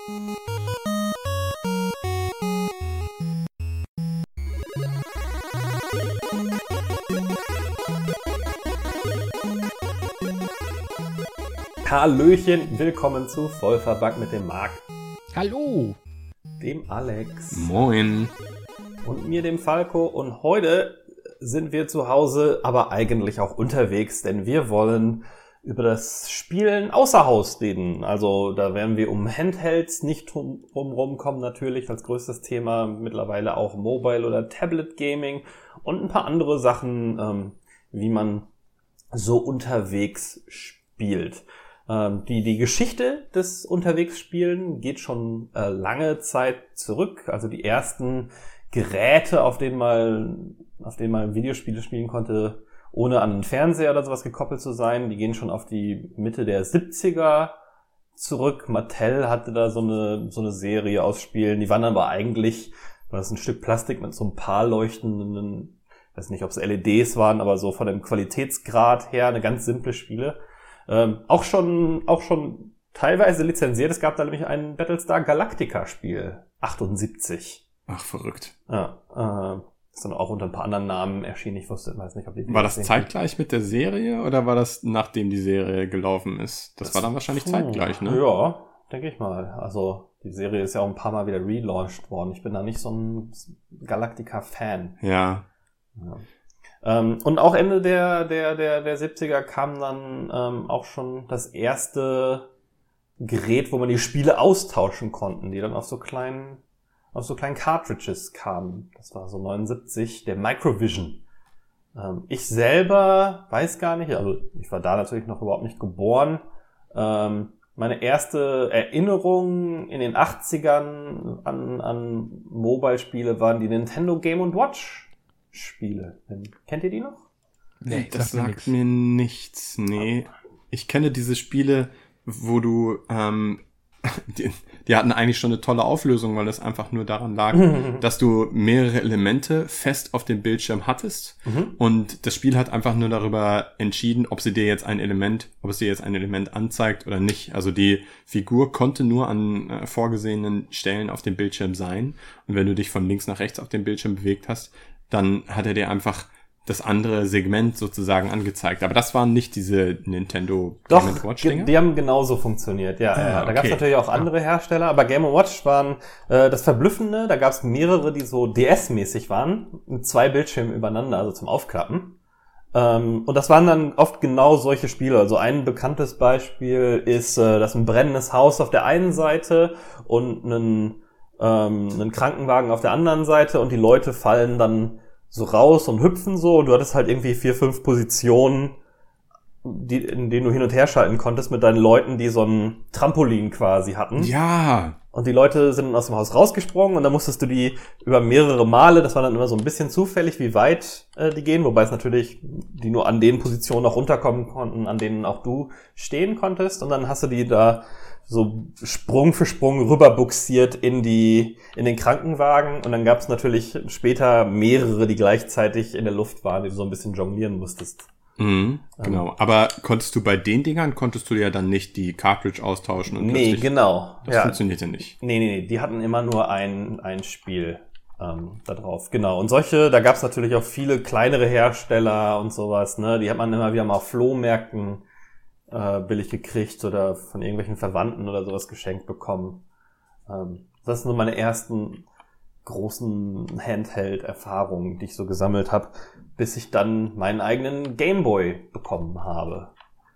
Hallöchen, willkommen zu Vollverbackt mit dem Marc. Hallo. Dem Alex. Moin. Und mir, dem Falco. Und heute sind wir zu Hause, aber eigentlich auch unterwegs, denn wir wollen über das Spielen außer Haus reden. Also da werden wir um Handhelds nicht drumherum kommen, natürlich als größtes Thema. Mittlerweile auch Mobile- oder Tablet-Gaming und ein paar andere Sachen, wie man so unterwegs spielt. Die Geschichte des Unterwegsspielen geht schon lange Zeit zurück. Also die ersten Geräte, auf denen man Videospiele spielen konnte, ohne an einen Fernseher oder sowas gekoppelt zu sein, die gehen schon auf die Mitte der 70er zurück. Mattel hatte da so eine Serie aus Spielen. Die waren aber eigentlich, war das ein Stück Plastik mit so ein paar leuchtenden, weiß nicht, ob es LEDs waren, aber so von dem Qualitätsgrad her eine ganz simple Spiele. Auch schon teilweise lizenziert. Es gab da nämlich ein Battlestar Galactica-Spiel, 78. Ach, verrückt. Ja, ist dann auch unter ein paar anderen Namen erschienen. Ich weiß nicht, ob die... War das zeitgleich mit der Serie oder war das nachdem die Serie gelaufen ist? Das war dann wahrscheinlich zeitgleich, ne? Ja, denke ich mal. Also die Serie ist ja auch ein paar Mal wieder relaunched worden. Ich bin da nicht so ein Galactica-Fan. Ja. Und auch Ende der 70er kam dann auch schon das erste Gerät, wo man die Spiele austauschen konnten, die dann auf so kleinen Cartridges kamen. Das war so 79, der Microvision. Ich selber weiß gar nicht, also ich war da natürlich noch überhaupt nicht geboren. Meine erste Erinnerung in den 80ern an Mobile-Spiele waren die Nintendo Game & Watch Spiele. Kennt ihr die noch? Nee, das sagt mir nichts. Nee. Ich kenne diese Spiele, wo du die hatten eigentlich schon eine tolle Auflösung, weil es einfach nur daran lag, dass du mehrere Elemente fest auf dem Bildschirm hattest und das Spiel hat einfach nur darüber entschieden, ob es dir jetzt ein Element anzeigt oder nicht. Also die Figur konnte nur an vorgesehenen Stellen auf dem Bildschirm sein und wenn du dich von links nach rechts auf dem Bildschirm bewegt hast, dann hat er dir einfach das andere Segment sozusagen angezeigt. Aber das waren nicht diese Nintendo Game & Watch Dinger? Die haben genauso funktioniert, ja. Da okay. gab es natürlich auch andere Hersteller, aber Game & Watch waren das Verblüffende. Da gab es mehrere, die so DS-mäßig waren, mit 2 Bildschirmen übereinander, also zum Aufklappen. Und das waren dann oft genau solche Spiele. Also ein bekanntes Beispiel ist, dass ein brennendes Haus auf der einen Seite und einen Krankenwagen auf der anderen Seite und die Leute fallen dann so raus und hüpfen so und du hattest halt irgendwie 4, 5 Positionen, in denen du hin und her schalten konntest mit deinen Leuten, die so ein Trampolin quasi hatten. Ja. Und die Leute sind aus dem Haus rausgesprungen und dann musstest du die über mehrere Male, das war dann immer so ein bisschen zufällig, wie weit die gehen, wobei es natürlich die nur an den Positionen auch runterkommen konnten, an denen auch du stehen konntest und dann hast du die da so Sprung für Sprung rüberbuxiert in den Krankenwagen und dann gab es natürlich später mehrere, die gleichzeitig in der Luft waren, die du so ein bisschen jonglieren musstest. Genau, aber konntest du ja dann nicht die Cartridge austauschen und nee, genau. Das funktionierte nicht. Nee, die hatten immer nur ein Spiel da drauf, genau. Und da gab es natürlich auch viele kleinere Hersteller und sowas, ne? Die hat man immer wieder mal auf Flohmärkten billig gekriegt oder von irgendwelchen Verwandten oder sowas geschenkt bekommen. Das sind nur meine ersten großen Handheld-Erfahrungen, die ich so gesammelt habe, bis ich dann meinen eigenen Gameboy bekommen habe.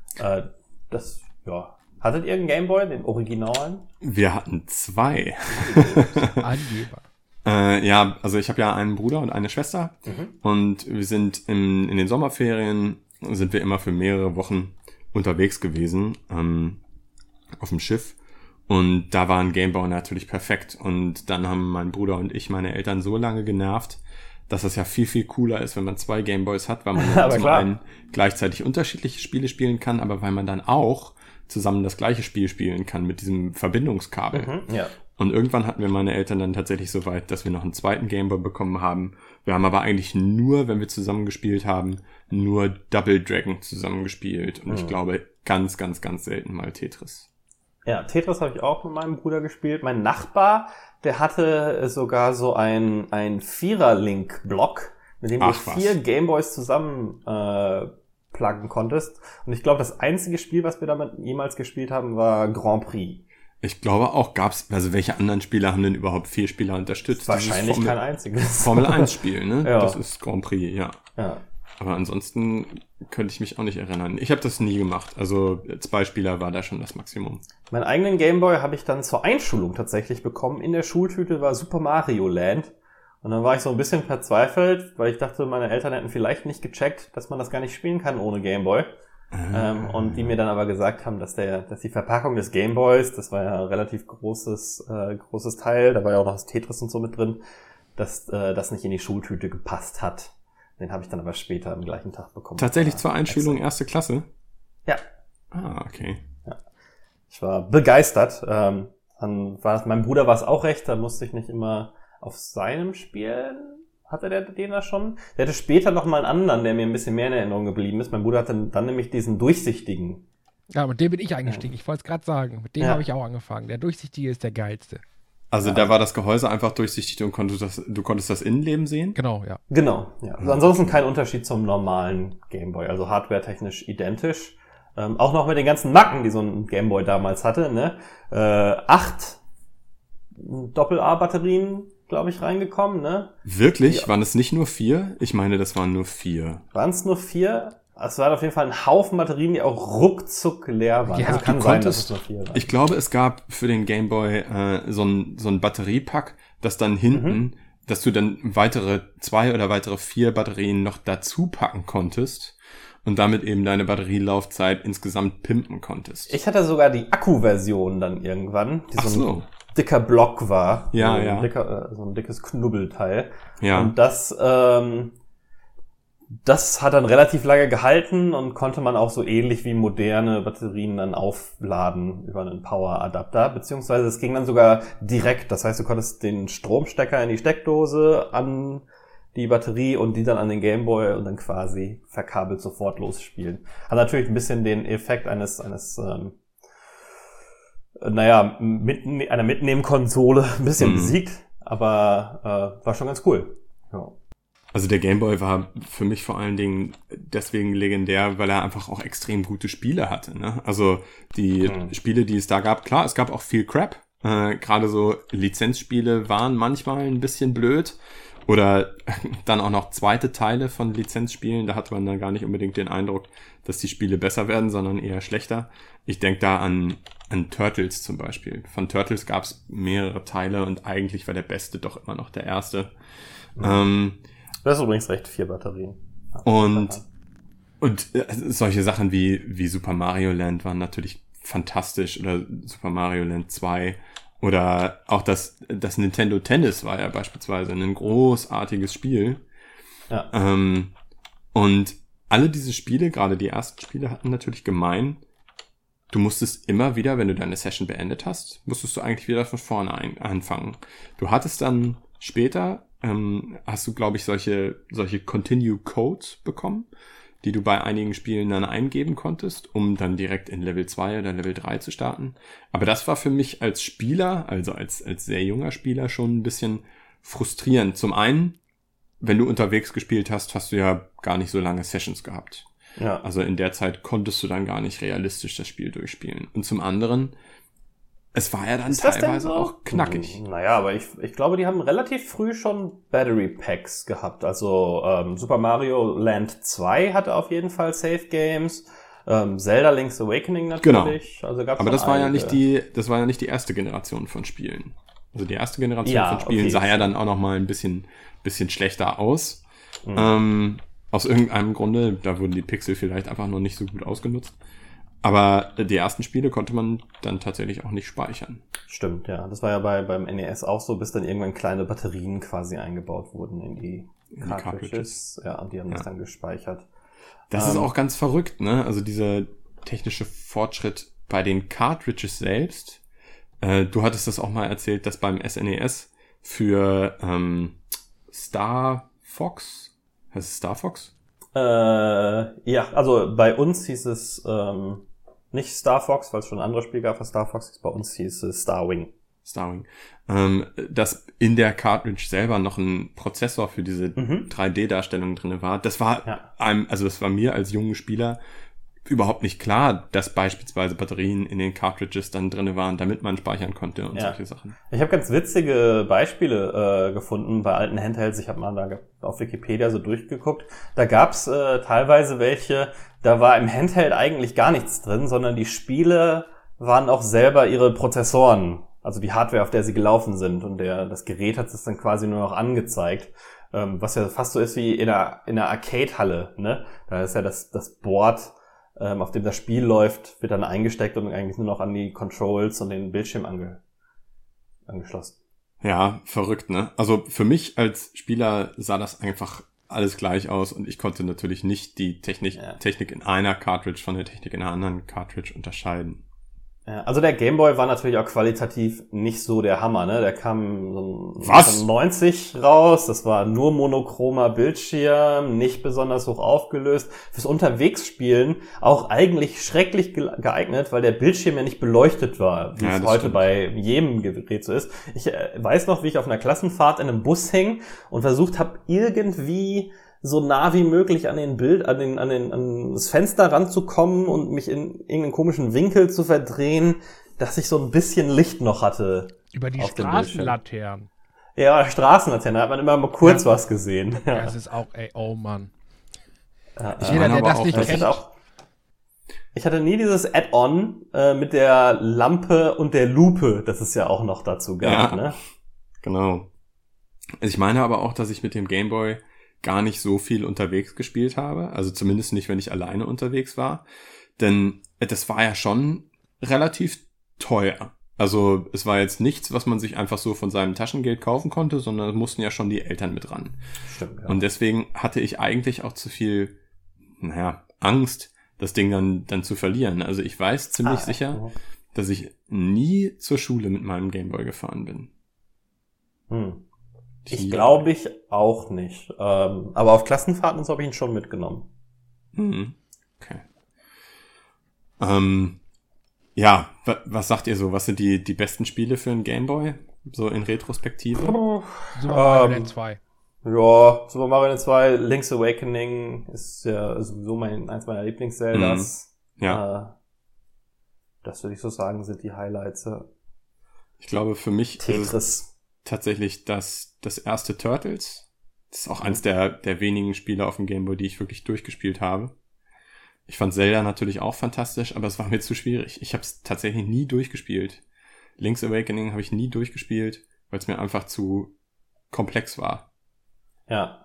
Hattet ihr einen Gameboy, den originalen? Wir hatten 2. Angeber. Ja, also ich habe ja einen Bruder und eine Schwester und wir sind in den Sommerferien sind wir immer für mehrere Wochen unterwegs gewesen auf dem Schiff und da war ein Gameboy natürlich perfekt und dann haben mein Bruder und ich meine Eltern so lange genervt, dass es ja viel, viel cooler ist, wenn man 2 Gameboys hat, weil man dann zum einen gleichzeitig unterschiedliche Spiele spielen kann, aber weil man dann auch zusammen das gleiche Spiel spielen kann mit diesem Verbindungskabel. Ja. Und irgendwann hatten wir meine Eltern dann tatsächlich so weit, dass wir noch einen zweiten Gameboy bekommen haben. Wir haben aber eigentlich nur, wenn wir zusammen gespielt haben, nur Double Dragon zusammen gespielt. Und ich glaube, ganz, ganz, ganz selten mal Tetris. Ja, Tetris habe ich auch mit meinem Bruder gespielt. Mein Nachbar, der hatte sogar so ein Vierer-Link-Block, mit dem du 4 Gameboys zusammen pluggen konntest. Und ich glaube, das einzige Spiel, was wir damit jemals gespielt haben, war Grand Prix. Ich glaube auch, also welche anderen Spieler haben denn überhaupt 4 Spieler unterstützt? Wahrscheinlich kein einziges. Formel 1 Spiel, ne? Ja. Das ist Grand Prix, ja. Aber ansonsten könnte ich mich auch nicht erinnern. Ich habe das nie gemacht. Also 2 Spieler war da schon das Maximum. Meinen eigenen Gameboy habe ich dann zur Einschulung tatsächlich bekommen. In der Schultüte war Super Mario Land. Und dann war ich so ein bisschen verzweifelt, weil ich dachte, meine Eltern hätten vielleicht nicht gecheckt, dass man das gar nicht spielen kann ohne Gameboy. Und die mir dann aber gesagt haben, dass die Verpackung des Gameboys, das war ja ein relativ großes Teil, da war ja auch noch das Tetris und so mit drin, dass das nicht in die Schultüte gepasst hat. Den habe ich dann aber später am gleichen Tag bekommen. Tatsächlich zur Einschulung erste Klasse? Ja. Ah, okay. Ja. Ich war begeistert. Dann meinem Bruder war es auch recht, da musste ich nicht immer auf seinem spielen. Hatte der den da schon? Der hatte später noch mal einen anderen, der mir ein bisschen mehr in Erinnerung geblieben ist. Mein Bruder hatte dann nämlich diesen durchsichtigen. Ja, mit dem bin ich eingestiegen. Ich wollte es gerade sagen. Mit dem habe ich auch angefangen. Der durchsichtige ist der geilste. Also da war das Gehäuse einfach durchsichtig und du konntest das Innenleben sehen? Genau, ja. Genau, ja. Also ansonsten kein Unterschied zum normalen Gameboy. Also hardwaretechnisch identisch. Auch noch mit den ganzen Macken, die so ein Gameboy damals hatte, ne? 8 Doppel-A-Batterien, glaube ich, reingekommen, ne? Wirklich? Ja. Waren es nicht nur 4? Ich meine, das waren nur 4. Waren es nur 4? Es waren auf jeden Fall ein Haufen Batterien, die auch ruckzuck leer waren. Ja, also kann sein, dass es nur 4 waren. Ich glaube, es gab für den Gameboy so ein Batteriepack, das dann hinten, dass du dann weitere 2 oder weitere 4 Batterien noch dazu packen konntest und damit eben deine Batterielaufzeit insgesamt pimpen konntest. Ich hatte sogar die Akku-Version dann irgendwann, die so ein dicker Block war. Ja, so ein dickes Knubbelteil. Ja. Und das hat dann relativ lange gehalten und konnte man auch so ähnlich wie moderne Batterien dann aufladen über einen Power-Adapter, beziehungsweise es ging dann sogar direkt. Das heißt, du konntest den Stromstecker in die Steckdose an die Batterie und die dann an den Gameboy und dann quasi verkabelt sofort losspielen. Hat natürlich ein bisschen den Effekt einer Mitnehmen-Konsole ein bisschen besiegt, aber war schon ganz cool. Ja. Also der Gameboy war für mich vor allen Dingen deswegen legendär, weil er einfach auch extrem gute Spiele hatte, ne? Also die Spiele, die es da gab, klar, es gab auch viel Crap. Gerade so Lizenzspiele waren manchmal ein bisschen blöd. Oder dann auch noch zweite Teile von Lizenzspielen, da hatte man dann gar nicht unbedingt den Eindruck, dass die Spiele besser werden, sondern eher schlechter. Ich denke da an Turtles zum Beispiel. Von Turtles gab es mehrere Teile und eigentlich war der beste doch immer noch der erste. Das ist übrigens recht, 4 Batterien. Und solche Sachen wie Super Mario Land waren natürlich fantastisch oder Super Mario Land 2 oder auch das Nintendo Tennis war ja beispielsweise ein großartiges Spiel. Ja. Und alle diese Spiele, gerade die ersten Spiele, hatten natürlich gemein, du musstest immer wieder, wenn du deine Session beendet hast, musstest du eigentlich wieder von vorne anfangen. Du hattest dann später hast du, glaube ich, solche Continue Codes bekommen, die du bei einigen Spielen dann eingeben konntest, um dann direkt in Level 2 oder Level 3 zu starten. Aber das war für mich als Spieler, also als sehr junger Spieler, schon ein bisschen frustrierend. Zum einen, wenn du unterwegs gespielt hast, hast du ja gar nicht so lange Sessions gehabt. Ja. Also in der Zeit konntest du dann gar nicht realistisch das Spiel durchspielen. Und zum anderen, es war ja dann teilweise so? Auch knackig. Naja, aber ich glaube, die haben relativ früh schon Battery Packs gehabt. Also Super Mario Land 2 hatte auf jeden Fall Save Games. Zelda Link's Awakening natürlich. Genau. Also gab's aber das war ja nicht die erste Generation von Spielen. Also die erste Generation von Spielen sah ja dann auch noch mal ein bisschen schlechter aus. Aus irgendeinem Grunde, da wurden die Pixel vielleicht einfach noch nicht so gut ausgenutzt. Aber die ersten Spiele konnte man dann tatsächlich auch nicht speichern. Stimmt, ja. Das war ja beim NES auch so, bis dann irgendwann kleine Batterien quasi eingebaut wurden in die Cartridges. Ja, und die haben das dann gespeichert. Das ist auch ganz verrückt, ne? Also dieser technische Fortschritt bei den Cartridges selbst. Du hattest das auch mal erzählt, dass beim SNES für Star Fox, heißt es Star Fox? Ja, also bei uns hieß es Nicht Star Fox, weil es schon ein anderes Spiel gab, was Star Fox ist. Bei uns hieß es Starwing. Dass in der Cartridge selber noch ein Prozessor für diese 3D-Darstellung drin war. Das war das war mir als jungen Spieler überhaupt nicht klar, dass beispielsweise Batterien in den Cartridges dann drin waren, damit man speichern konnte und solche Sachen. Ich habe ganz witzige Beispiele gefunden bei alten Handhelds. Ich habe mal da auf Wikipedia so durchgeguckt. Da gab's teilweise welche, da war im Handheld eigentlich gar nichts drin, sondern die Spiele waren auch selber ihre Prozessoren. Also die Hardware, auf der sie gelaufen sind. Und das Gerät hat es dann quasi nur noch angezeigt. Was ja fast so ist wie in einer Arcade-Halle, ne? Da ist ja das Board, auf dem das Spiel läuft, wird dann eingesteckt und eigentlich nur noch an die Controls und den Bildschirm angeschlossen. Ja, verrückt, ne? Also für mich als Spieler sah das einfach alles gleich aus und ich konnte natürlich nicht die Technik in einer Cartridge von der Technik in einer anderen Cartridge unterscheiden. Ja, also der Game Boy war natürlich auch qualitativ nicht so der Hammer, ne? Der kam so 1990 raus, das war nur monochromer Bildschirm, nicht besonders hoch aufgelöst. Fürs Unterwegsspielen auch eigentlich schrecklich geeignet, weil der Bildschirm ja nicht beleuchtet war, wie es heute bei jedem Gerät so ist. Ich weiß noch, wie ich auf einer Klassenfahrt in einem Bus hing und versucht habe, irgendwie so nah wie möglich an das Fenster ranzukommen und mich in irgendeinen komischen Winkel zu verdrehen, dass ich so ein bisschen Licht noch hatte. Über die Straßenlaternen. Ja, Straßenlaternen, da hat man immer mal kurz was gesehen. Ja, das ist auch, oh Mann. Ja, jeder, der das nicht kennt. Ich hatte nie dieses Add-on mit der Lampe und der Lupe, das es ja auch noch dazu gab, ne? Genau. Ich meine aber auch, dass ich mit dem Game Boy gar nicht so viel unterwegs gespielt habe. Also zumindest nicht, wenn ich alleine unterwegs war. Denn das war ja schon relativ teuer. Also es war jetzt nichts, was man sich einfach so von seinem Taschengeld kaufen konnte, sondern es mussten ja schon die Eltern mit ran. Stimmt, ja. Und deswegen hatte ich eigentlich auch zu viel, Angst, das Ding dann zu verlieren. Also ich weiß ziemlich sicher, dass ich nie zur Schule mit meinem Gameboy gefahren bin. Ich glaube ich auch nicht. Aber auf Klassenfahrten und so habe ich ihn schon mitgenommen. Okay. Was sagt ihr so? Was sind die besten Spiele für einen Gameboy? So in Retrospektive? Super Mario Land 2. Ja, Super Mario Land 2, Link's Awakening ist ja sowieso eins meiner Lieblings-Zeldas. Das würde ich so sagen, sind die Highlights. Ich glaube, für mich Tetris. Ist tatsächlich das erste Turtles. Das ist auch eins der wenigen Spiele auf dem Gameboy, die ich wirklich durchgespielt habe. Ich fand Zelda natürlich auch fantastisch, aber es war mir zu schwierig. Ich habe es tatsächlich nie durchgespielt. Link's Awakening habe ich nie durchgespielt, weil es mir einfach zu komplex war. Ja.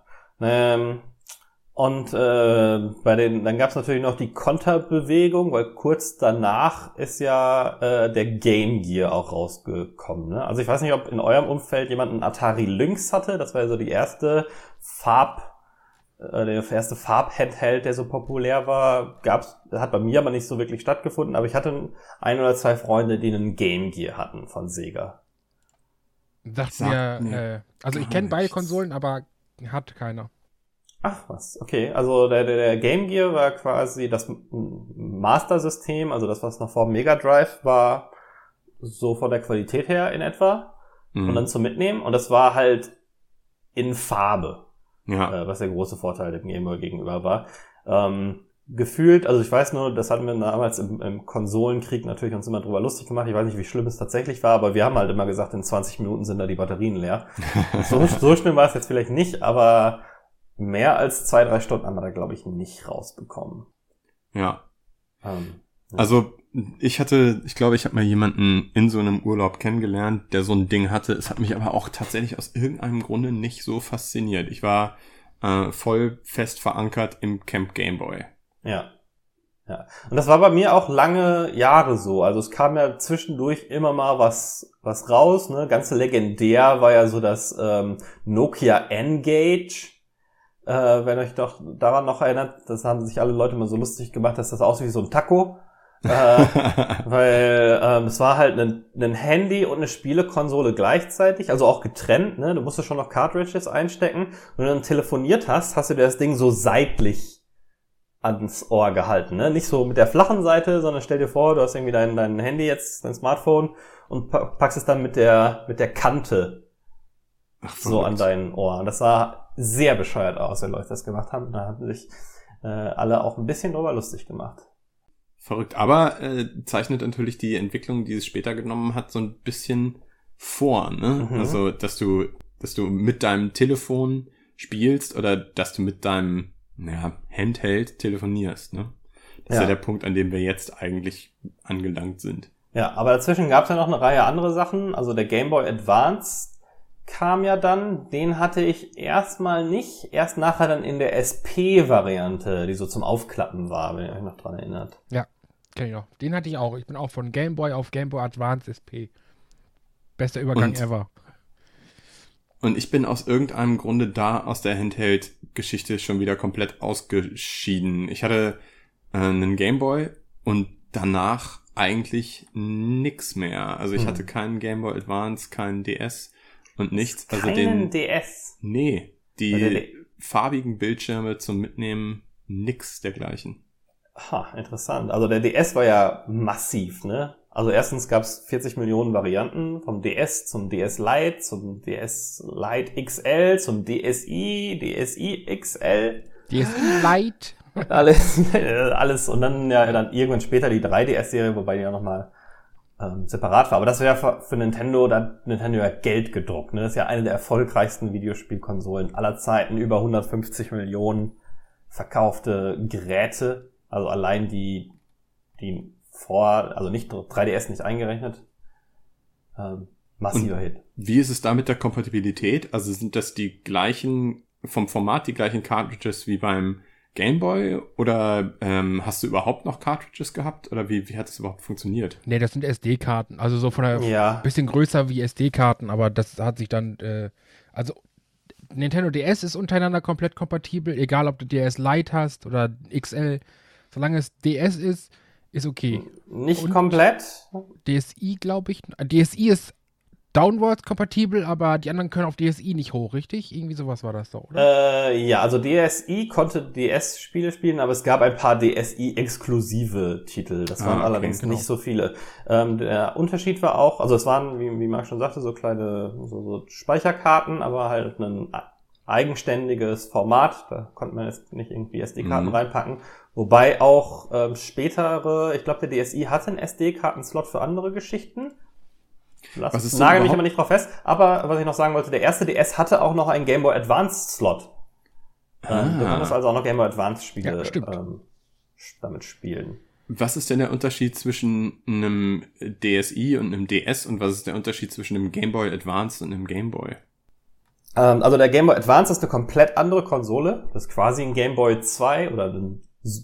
Und dann gab es natürlich noch die Konterbewegung, weil kurz danach ist ja der Game Gear auch rausgekommen. Ne? Also ich weiß nicht, ob in eurem Umfeld jemand einen Atari Lynx hatte. Das war ja so die erste der erste Farb-Handheld, der so populär war. Hat bei mir aber nicht so wirklich stattgefunden. Aber ich hatte ein oder zwei Freunde, die einen Game Gear hatten von Sega. Also ich kenne beide Konsolen, aber hat keiner. Ach was, okay. Also der Game Gear war quasi das Master-System, also das, was noch vor dem Mega Drive war, so von der Qualität her in etwa. Und dann zum Mitnehmen. Und das war halt in Farbe, was der große Vorteil dem Game Boy gegenüber war. Gefühlt, also ich weiß nur, das hatten wir damals im Konsolenkrieg natürlich uns immer drüber lustig gemacht. Ich weiß nicht, wie schlimm es tatsächlich war, aber wir haben halt immer gesagt, in 20 Minuten sind da die Batterien leer. So schlimm war es jetzt vielleicht nicht, aber mehr als 2-3 Stunden haben wir da, glaube ich, nicht rausbekommen. Ja. Also ich glaube, ich habe mal jemanden in so einem Urlaub kennengelernt, der so ein Ding hatte. Es hat mich aber auch tatsächlich aus irgendeinem Grunde nicht so fasziniert. Ich war voll fest verankert im Camp Gameboy. Ja. Und das war bei mir auch lange Jahre so. Also es kam ja zwischendurch immer mal was raus. Ne? Ganz legendär war ja so das Nokia N-Gage. Wenn euch doch daran noch erinnert, das haben sich alle Leute immer so lustig gemacht, dass das aussieht wie so ein Taco. Weil es war halt ein Handy und eine Spielekonsole gleichzeitig, also auch getrennt, ne? Du musstest schon noch Cartridges einstecken. Und wenn du dann telefoniert hast du dir das Ding so seitlich ans Ohr gehalten, ne? Nicht so mit der flachen Seite, sondern stell dir vor, du hast irgendwie dein Handy jetzt, dein Smartphone und packst es dann mit der Kante so an dein Ohr. Und das sah sehr bescheuert aus, wenn Leute das gemacht haben. Da haben sich alle auch ein bisschen drüber lustig gemacht. Verrückt, aber zeichnet natürlich die Entwicklung, die es später genommen hat, so ein bisschen vor, ne? Mhm. Also, dass du mit deinem Telefon spielst oder dass du mit deinem Handheld telefonierst, ne? Das ist ja der Punkt, an dem wir jetzt eigentlich angelangt sind. Ja, aber dazwischen gab es ja noch eine Reihe andere Sachen. Also der Game Boy Advance kam ja dann, den hatte ich erstmal nicht, erst nachher dann in der SP-Variante, die so zum Aufklappen war, wenn ihr euch noch dran erinnert. Ja, kenn ich noch. Den hatte ich auch. Ich bin auch von Game Boy auf Game Boy Advance SP. Bester Übergang ever. Und ich bin aus irgendeinem Grunde da aus der Handheld-Geschichte schon wieder komplett ausgeschieden. Ich hatte einen Gameboy und danach eigentlich nix mehr. Also ich hatte keinen Gameboy Advance, keinen DS und nichts. Also keinen DS? Nee, die farbigen Bildschirme zum Mitnehmen, nix dergleichen. Ha, interessant. Also der DS war ja massiv, ne? Also erstens gab es 40 Millionen Varianten, vom DS zum DS Lite, zum DS Lite XL, zum DSi XL. DSi Lite. Alles. Und dann dann irgendwann später die 3DS-Serie, wobei die ja nochmal separat war. Aber das wäre für Nintendo, da hat Nintendo ja Geld gedruckt, ne? Das ist ja eine der erfolgreichsten Videospielkonsolen aller Zeiten. Über 150 Millionen verkaufte Geräte. Also allein die also nicht 3DS nicht eingerechnet. Massiver Hit. Wie ist es da mit der Kompatibilität? Also sind das die gleichen, vom Format die gleichen Cartridges wie beim Game Boy? Oder hast du überhaupt noch Cartridges gehabt? Oder wie hat das überhaupt funktioniert? Nee, das sind SD-Karten. Also so von der bisschen größer wie SD-Karten, aber das hat sich dann also Nintendo DS ist untereinander komplett kompatibel, egal ob du DS Lite hast oder XL. Solange es DS ist okay. Nicht komplett. DSi, glaube ich. DSi ist downwards kompatibel, aber die anderen können auf DSi nicht hoch, richtig? Irgendwie sowas war das doch, oder? Ja, also DSi konnte DS-Spiele spielen, aber es gab ein paar DSi-exklusive Titel. Das waren allerdings nicht so viele. Der Unterschied war auch, also es waren, wie Marc schon sagte, so kleine so Speicherkarten, aber halt ein eigenständiges Format. Da konnte man jetzt nicht irgendwie SD-Karten reinpacken. Wobei auch spätere, ich glaube, der DSi hatte einen SD-Karten-Slot für andere Geschichten. Nagel mich aber nicht drauf fest. Aber was ich noch sagen wollte, der erste DS hatte auch noch einen Game Boy Advance-Slot. Du konntest also auch noch Game Boy Advance-Spiele damit spielen. Was ist denn der Unterschied zwischen einem DSi und einem DS und was ist der Unterschied zwischen einem Game Boy Advance und einem Game Boy? Also der Game Boy Advance ist eine komplett andere Konsole. Das ist quasi ein Game Boy 2 oder ein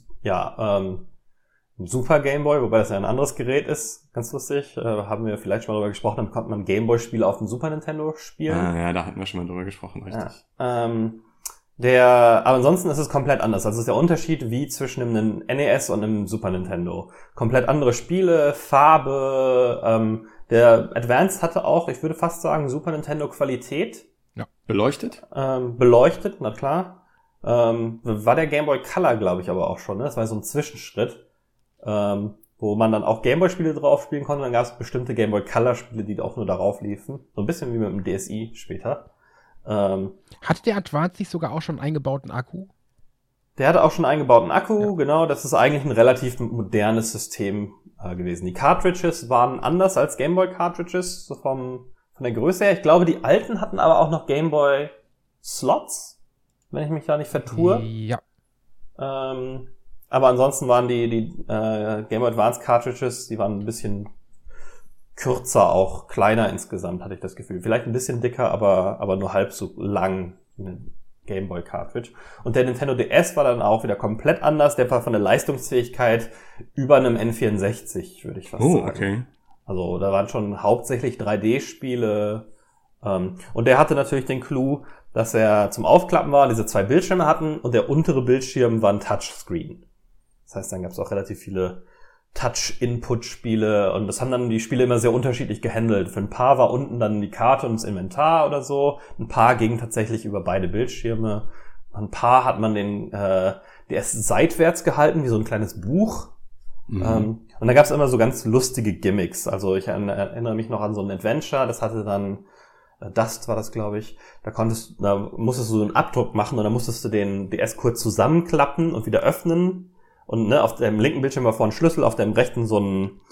Super Game Boy, wobei das ja ein anderes Gerät ist. Ganz lustig. Haben wir vielleicht schon mal drüber gesprochen. Dann konnte man Game Boy Spiele auf dem Super Nintendo spielen. Ja, da hatten wir schon mal drüber gesprochen, richtig. Ja. Aber ansonsten ist es komplett anders. Also es ist der Unterschied wie zwischen einem NES und einem Super Nintendo. Komplett andere Spiele, Farbe. Der Advance hatte auch, ich würde fast sagen, Super Nintendo Qualität. Ja. Beleuchtet? Beleuchtet, na klar. War der Game Boy Color, glaube ich, aber auch schon, ne? Das war so ein Zwischenschritt, wo man dann auch Game Boy Spiele drauf spielen konnte. Dann gab es bestimmte Game Boy Color Spiele, die auch nur darauf liefen. So ein bisschen wie mit dem DSi später. Hatte der Advance nicht sogar auch schon einen eingebauten Akku? Der hatte auch schon einen eingebauten Akku, genau. Das ist eigentlich ein relativ modernes System gewesen. Die Cartridges waren anders als Game Boy Cartridges, so von der Größe her. Ich glaube, die alten hatten aber auch noch Game Boy Slots, wenn ich mich da nicht vertue. Ja. Aber ansonsten waren die Game Boy Advance Cartridges, die waren ein bisschen kürzer, auch kleiner insgesamt, hatte ich das Gefühl. Vielleicht ein bisschen dicker, aber nur halb so lang wie eine Game Boy Cartridge. Und der Nintendo DS war dann auch wieder komplett anders. Der war von der Leistungsfähigkeit über einem N64, würde ich fast sagen. Okay. Also da waren schon hauptsächlich 3D-Spiele. Und der hatte natürlich den Clou, dass er zum Aufklappen war, diese 2 Bildschirme hatten und der untere Bildschirm war ein Touchscreen. Das heißt, dann gab es auch relativ viele Touch-Input-Spiele und das haben dann die Spiele immer sehr unterschiedlich gehandelt. Für ein paar war unten dann die Karte und das Inventar oder so. Ein paar gingen tatsächlich über beide Bildschirme. ein paar hat man den DS seitwärts gehalten, wie so ein kleines Buch. Und da gab es immer so ganz lustige Gimmicks. Also ich erinnere mich noch an so ein Adventure, das hatte dann Dust war das, glaube ich. Da musstest du so einen Abdruck machen und dann musstest du den DS kurz zusammenklappen und wieder öffnen. Und ne, auf dem linken Bildschirm war vorne ein Schlüssel, auf dem rechten so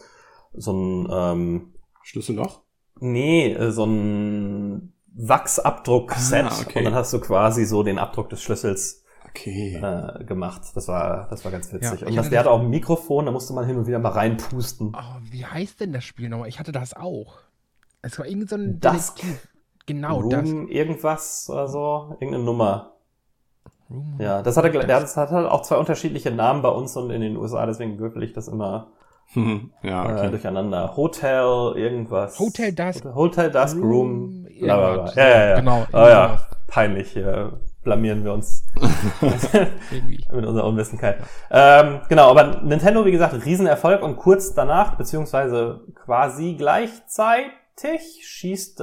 ein Schlüsselloch? Nee, so ein Wachsabdruck-Set. Okay. Und dann hast du quasi so den Abdruck des Schlüssels gemacht. Das war ganz witzig. Ja, und der hatte auch ein Mikrofon, da musste man hin und wieder mal reinpusten. Oh, wie heißt denn das Spiel nochmal? Ich hatte das auch. Es war irgend so ein Dusk. Genau, Room, das. Irgendwas oder so, irgendeine Nummer. Room, Ja, das hat halt auch zwei unterschiedliche Namen bei uns und in den USA, deswegen würfel ich das immer durcheinander. Hotel, irgendwas. Hotel Dusk. Hotel Dusk Room. Irgendwas. Ja. Genau. Oh ja, peinlich. Hier blamieren wir uns Irgendwie. mit unserer Unwissenheit. Genau, aber Nintendo, wie gesagt, Riesenerfolg und kurz danach, beziehungsweise quasi gleichzeitig schießt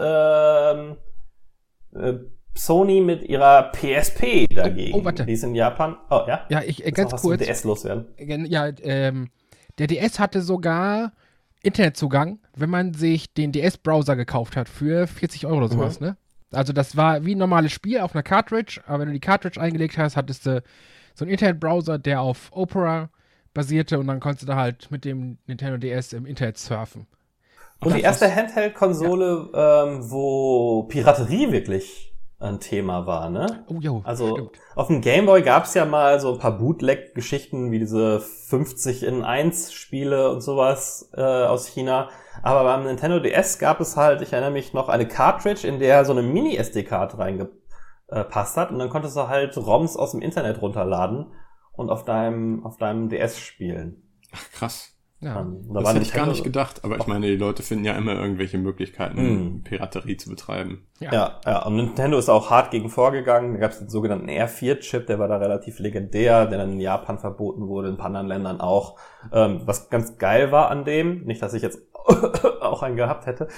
Sony mit ihrer PSP dagegen. Oh, warte. Die ist in Japan. Oh, ja? Ja, ganz kurz. DS loswerden. Ja, der DS hatte sogar Internetzugang, wenn man sich den DS-Browser gekauft hat für 40 € oder sowas, ne? Also das war wie ein normales Spiel auf einer Cartridge, aber wenn du die Cartridge eingelegt hast, hattest du so einen Internetbrowser, der auf Opera basierte und dann konntest du da halt mit dem Nintendo DS im Internet surfen. Und die erste Handheld-Konsole, wo Piraterie wirklich ein Thema war, ne? Oh, jo, also stimmt. Auf dem Gameboy gab's ja mal so ein paar Bootleg-Geschichten wie diese 50-in-1-Spiele und sowas aus China. Aber beim Nintendo DS gab es halt, ich erinnere mich noch, eine Cartridge, in der so eine Mini-SD-Card reingepasst hat. Und dann konntest du halt ROMs aus dem Internet runterladen und auf deinem DS spielen. Ach, krass. Ja. Das hätte ich gar nicht gedacht, aber ich meine, die Leute finden ja immer irgendwelche Möglichkeiten, Piraterie zu betreiben. Ja, und Nintendo ist auch hart gegen vorgegangen. Da gab es den sogenannten R4-Chip, der war da relativ legendär, der dann in Japan verboten wurde, in ein paar anderen Ländern auch. Was ganz geil war an dem, nicht, dass ich jetzt auch einen gehabt hätte,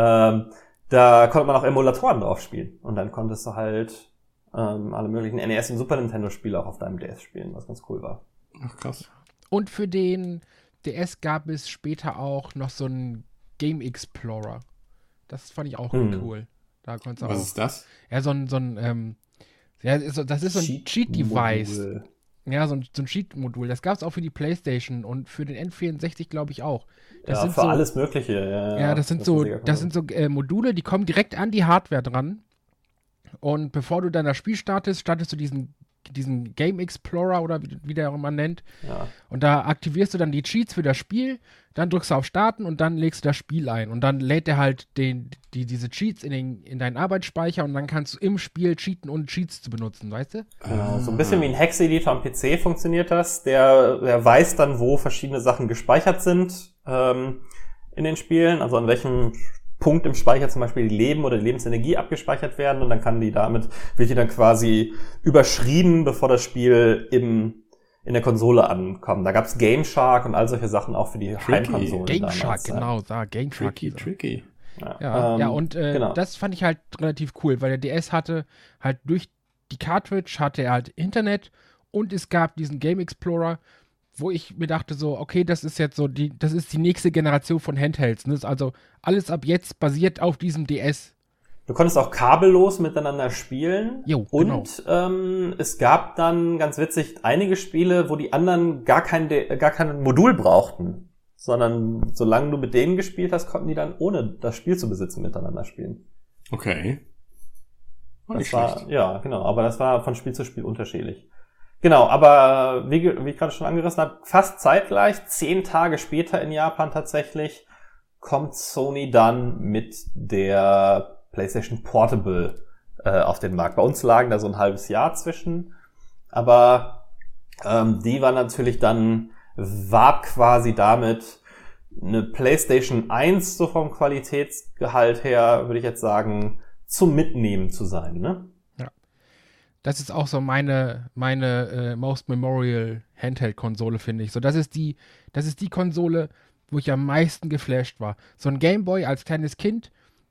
da konnte man auch Emulatoren drauf spielen. Und dann konntest du halt alle möglichen NES- und Super Nintendo-Spiele auch auf deinem DS spielen, was ganz cool war. Ach, krass. Und für den DS gab es später auch noch so einen Game Explorer. Das fand ich auch cool. Da konntest du Was ist das? Ja, das ist so ein Cheat-Device. Ja, so ein Cheat-Modul. Das gab es auch für die PlayStation und für den N64, glaube ich, auch. Das sind für alles Mögliche. Ja, das sind so Module, die kommen direkt an die Hardware dran. Und bevor du dann das Spiel startest du diesen Game Explorer oder wie der auch immer nennt. Ja. Und da aktivierst du dann die Cheats für das Spiel, dann drückst du auf Starten und dann legst du das Spiel ein. Und dann lädt er halt diese Cheats in deinen Arbeitsspeicher und dann kannst du im Spiel cheaten, ohne Cheats zu benutzen, weißt du? Genau, so ein bisschen wie ein Hex-Editor am PC funktioniert das. Der weiß dann, wo verschiedene Sachen gespeichert sind in den Spielen, also an welchem Punkt im Speicher zum Beispiel die Leben oder die Lebensenergie abgespeichert werden und dann wird die dann quasi überschrieben, bevor das Spiel in der Konsole ankommt. Da gab's Game Shark und all solche Sachen auch für die Heimkonsolen. Game Shark, genau, Game Shark. Tricky. Genau. Das fand ich halt relativ cool, weil der DS hatte halt durch die Cartridge hatte er halt Internet und es gab diesen Game Explorer, wo ich mir dachte so, okay, das ist jetzt so das ist die nächste Generation von Handhelds. Ne? Also alles ab jetzt basiert auf diesem DS. Du konntest auch kabellos miteinander spielen. Jo, und es gab dann, ganz witzig, einige Spiele, wo die anderen gar kein Modul brauchten. Sondern solange du mit denen gespielt hast, konnten die dann, ohne das Spiel zu besitzen, miteinander spielen. Okay. Ja, genau. Aber das war von Spiel zu Spiel unterschiedlich. Genau, aber wie ich gerade schon angerissen habe, fast zeitgleich, 10 Tage später in Japan tatsächlich, kommt Sony dann mit der PlayStation Portable auf den Markt. Bei uns lagen da so ein halbes Jahr zwischen, aber die war natürlich dann, warb quasi damit eine PlayStation 1 so vom Qualitätsgehalt her, würde ich jetzt sagen, zum Mitnehmen zu sein, ne? Das ist auch so meine Most Memorial Handheld-Konsole, finde ich. So, das ist die Konsole, wo ich am meisten geflasht war. So ein Gameboy als kleines Kind,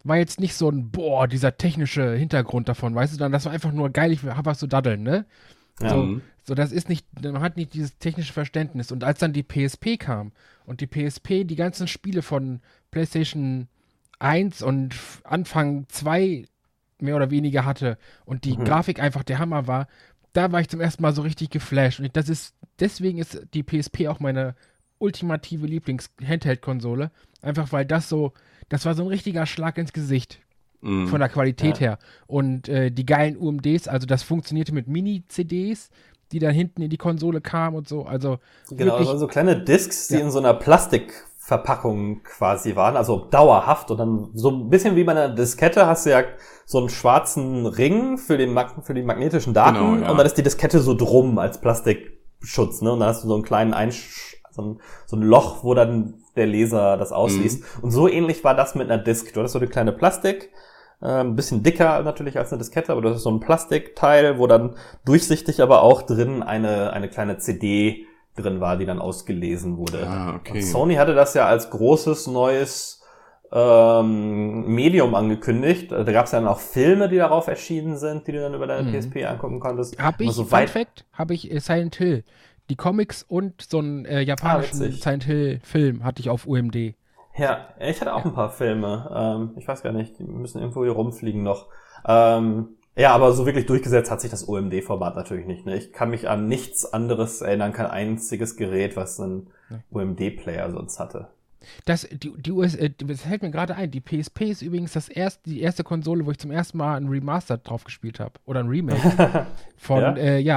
war jetzt nicht so ein, dieser technische Hintergrund davon, weißt du, dann, das war einfach nur geil, ich hab was zu daddeln, ne? So, das ist nicht, man hat nicht dieses technische Verständnis. Und als dann die PSP kam und die PSP die ganzen Spiele von PlayStation 1 und Anfang 2 mehr oder weniger hatte und die Grafik einfach der Hammer war, da war ich zum ersten Mal so richtig geflasht. Und deswegen ist die PSP auch meine ultimative Lieblings-Handheld-Konsole. Einfach weil das war so ein richtiger Schlag ins Gesicht. Von der Qualität her. Und die geilen UMDs, also das funktionierte mit Mini-CDs, die dann hinten in die Konsole kamen und so. Also genau, das waren so kleine Discs, die in so einer Plastikverpackung quasi waren, also dauerhaft. Und dann so ein bisschen wie bei einer Diskette hast du ja so einen schwarzen Ring für die magnetischen Daten. Genau, ja. Und dann ist die Diskette so drum als Plastikschutz, ne? Und dann hast du so einen kleinen so ein Loch, wo dann der Leser das ausliest. Und so ähnlich war das mit einer Disk. Du hattest so eine kleine Plastik, ein bisschen dicker natürlich als eine Diskette, aber das ist so ein Plastikteil, wo dann durchsichtig aber auch drin eine kleine CD drin war, die dann ausgelesen wurde. Ah, okay. Und Sony hatte das ja als großes neues Medium angekündigt. Da gab es ja dann auch Filme, die darauf erschienen sind, die du dann über deine PSP angucken konntest. Fun Fact, habe ich Silent Hill. Die Comics und so einen japanischen Silent Hill-Film hatte ich auf UMD. Ja, ich hatte auch ein paar Filme. Ich weiß gar nicht, die müssen irgendwo hier rumfliegen noch. Ja, aber so wirklich durchgesetzt hat sich das UMD-Format natürlich nicht. Ne? Ich kann mich an nichts anderes erinnern, kein einziges Gerät, was einen UMD-Player sonst hatte. Das fällt mir gerade ein, die PSP ist übrigens die erste Konsole, wo ich zum ersten Mal ein Remaster drauf gespielt habe. Oder ein Remake. Von,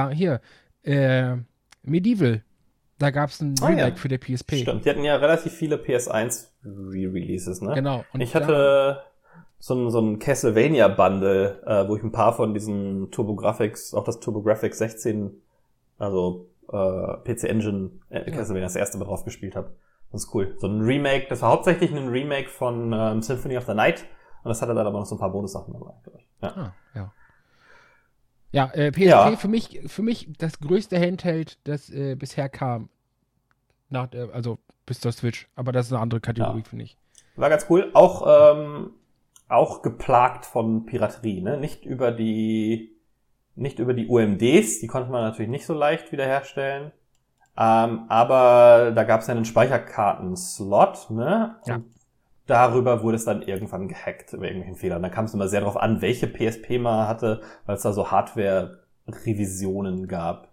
Medieval. Da gab es ein Remake für die PSP. Stimmt, die hatten ja relativ viele PS1 Re-Releases, ne? Genau. Und ich hatte so ein Castlevania-Bundle, wo ich ein paar von diesen TurboGrafx, auch das TurboGrafx 16, also PC Engine Castlevania, das erste Mal drauf gespielt habe. Das ist cool. So ein Remake, das war hauptsächlich ein Remake von Symphony of the Night und das hatte dann aber noch so ein paar Bonussachen dabei, glaube ich. Ja. Ja, PSP für mich das größte Handheld, das bisher kam. Also bis zur Switch. Aber das ist eine andere Kategorie, finde ich. War ganz cool. Auch geplagt von Piraterie, ne? Nicht über die UMDs, die konnte man natürlich nicht so leicht wiederherstellen. Aber da gab es ja einen Speicherkarten-Slot, ne? Ja. Und darüber wurde es dann irgendwann gehackt über irgendwelchen Fehlern. Da kam es immer sehr darauf an, welche PSP man hatte, weil es da so Hardware-Revisionen gab.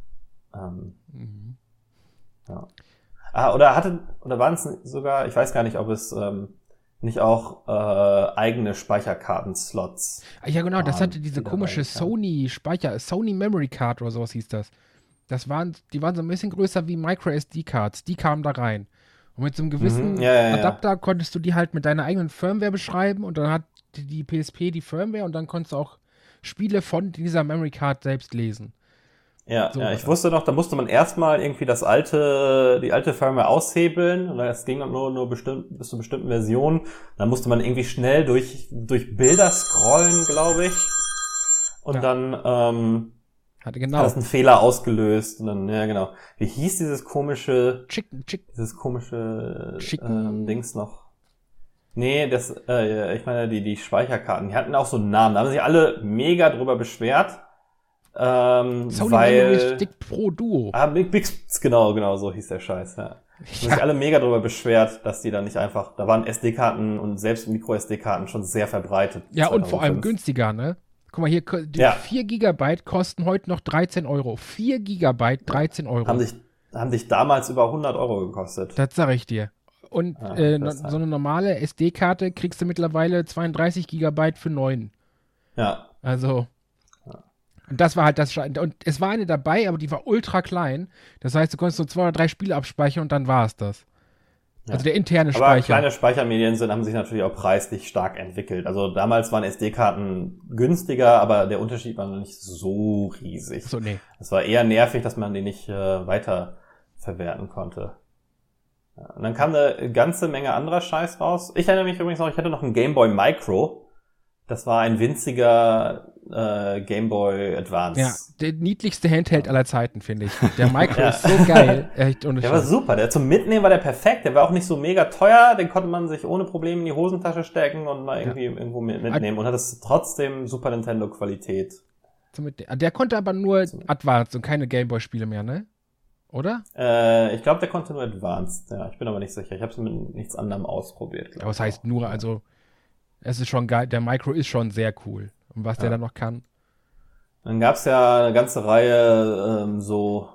Ja. Oder waren es sogar, ich weiß gar nicht, ob es nicht auch eigene Speicherkarten-Slots. Ja, genau, das hatte diese komische Sony Memory Card oder sowas hieß das. Die waren so ein bisschen größer wie Micro SD-Cards. Die kamen da rein. Und mit so einem gewissen Adapter konntest du die halt mit deiner eigenen Firmware beschreiben und dann hat die PSP die Firmware und dann konntest du auch Spiele von dieser Memory Card selbst lesen. Ja, so ich wusste noch, da musste man erstmal irgendwie die alte Firmware aushebeln und das ging dann nur bis zu bestimmten Versionen. Dann musste man irgendwie schnell durch Bilder scrollen, glaube ich. Und dann hat das einen Fehler ausgelöst und dann, ja genau. Wie hieß dieses komische Dings noch? Nee, ich meine die Speicherkarten, die hatten auch so einen Namen. Da haben sich alle mega drüber beschwert. Sony Memory Stick Pro Duo. Genau, so hieß der Scheiß, ja. Da haben sich alle mega drüber beschwert, dass die dann nicht einfach, da waren SD-Karten und selbst Micro-SD-Karten schon sehr verbreitet. Ja, 2005. Und vor allem günstiger, ne? Guck mal hier, 4 GB kosten heute noch 13 Euro. 4 GB, 13 Euro. Haben dich damals über 100 Euro gekostet. Das sag ich dir. Und so eine normale SD-Karte kriegst du mittlerweile 32 GB für 9. Ja. Also, und das war halt das Schein. Und es war eine dabei, aber die war ultra klein. Das heißt, du konntest so 2 oder 3 Spiele abspeichern und dann war es das. Ja. Also der interne Speicher. Aber kleine Speichermedien haben sich natürlich auch preislich stark entwickelt. Also damals waren SD-Karten günstiger, aber der Unterschied war noch nicht so riesig. So, nee. Es war eher nervig, dass man die nicht weiter verwerten konnte. Ja, und dann kam eine ganze Menge anderer Scheiß raus. Ich erinnere mich übrigens noch, ich hatte noch einen Game Boy Micro. Das war ein winziger Game Boy Advance. Ja, der niedlichste Handheld aller Zeiten, finde ich. Der Micro ist so geil. Echt der war super. Der zum Mitnehmen war der perfekt. Der war auch nicht so mega teuer. Den konnte man sich ohne Probleme in die Hosentasche stecken und mal irgendwie irgendwo mitnehmen. Und hat es trotzdem Super Nintendo Qualität. Der konnte aber nur Advanced und keine Game Boy Spiele mehr, ne? Oder? Ich glaube, der konnte nur Advanced. Ja, ich bin aber nicht sicher. Ich habe es mit nichts anderem ausprobiert. Aber was heißt nur, also es ist schon geil. Der Micro ist schon sehr cool. Und was der da noch kann. Dann gab's ja eine ganze Reihe so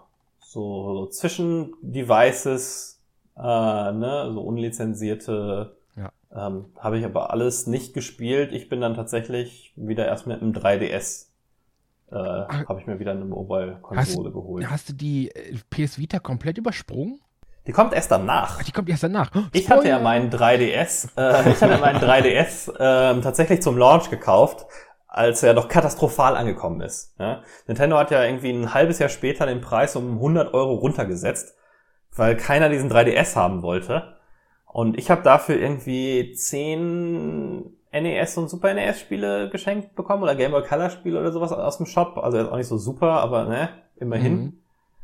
Zwischendevices, so unlizenzierte. Ja. Habe ich aber alles nicht gespielt. Ich bin dann tatsächlich wieder erst mit einem 3DS habe ich mir wieder eine Mobile-Konsole geholt. Hast du die PS Vita komplett übersprungen? Die kommt erst danach. Die kommt erst danach. Ich hatte ja meinen 3DS, tatsächlich zum Launch gekauft, als er doch katastrophal angekommen ist. Ja? Nintendo hat ja irgendwie ein halbes Jahr später den Preis um 100 Euro runtergesetzt, weil keiner diesen 3DS haben wollte. Und ich habe dafür irgendwie 10 NES und Super NES Spiele geschenkt bekommen oder Game Boy Color Spiele oder sowas aus dem Shop. Also jetzt auch nicht so super, aber immerhin.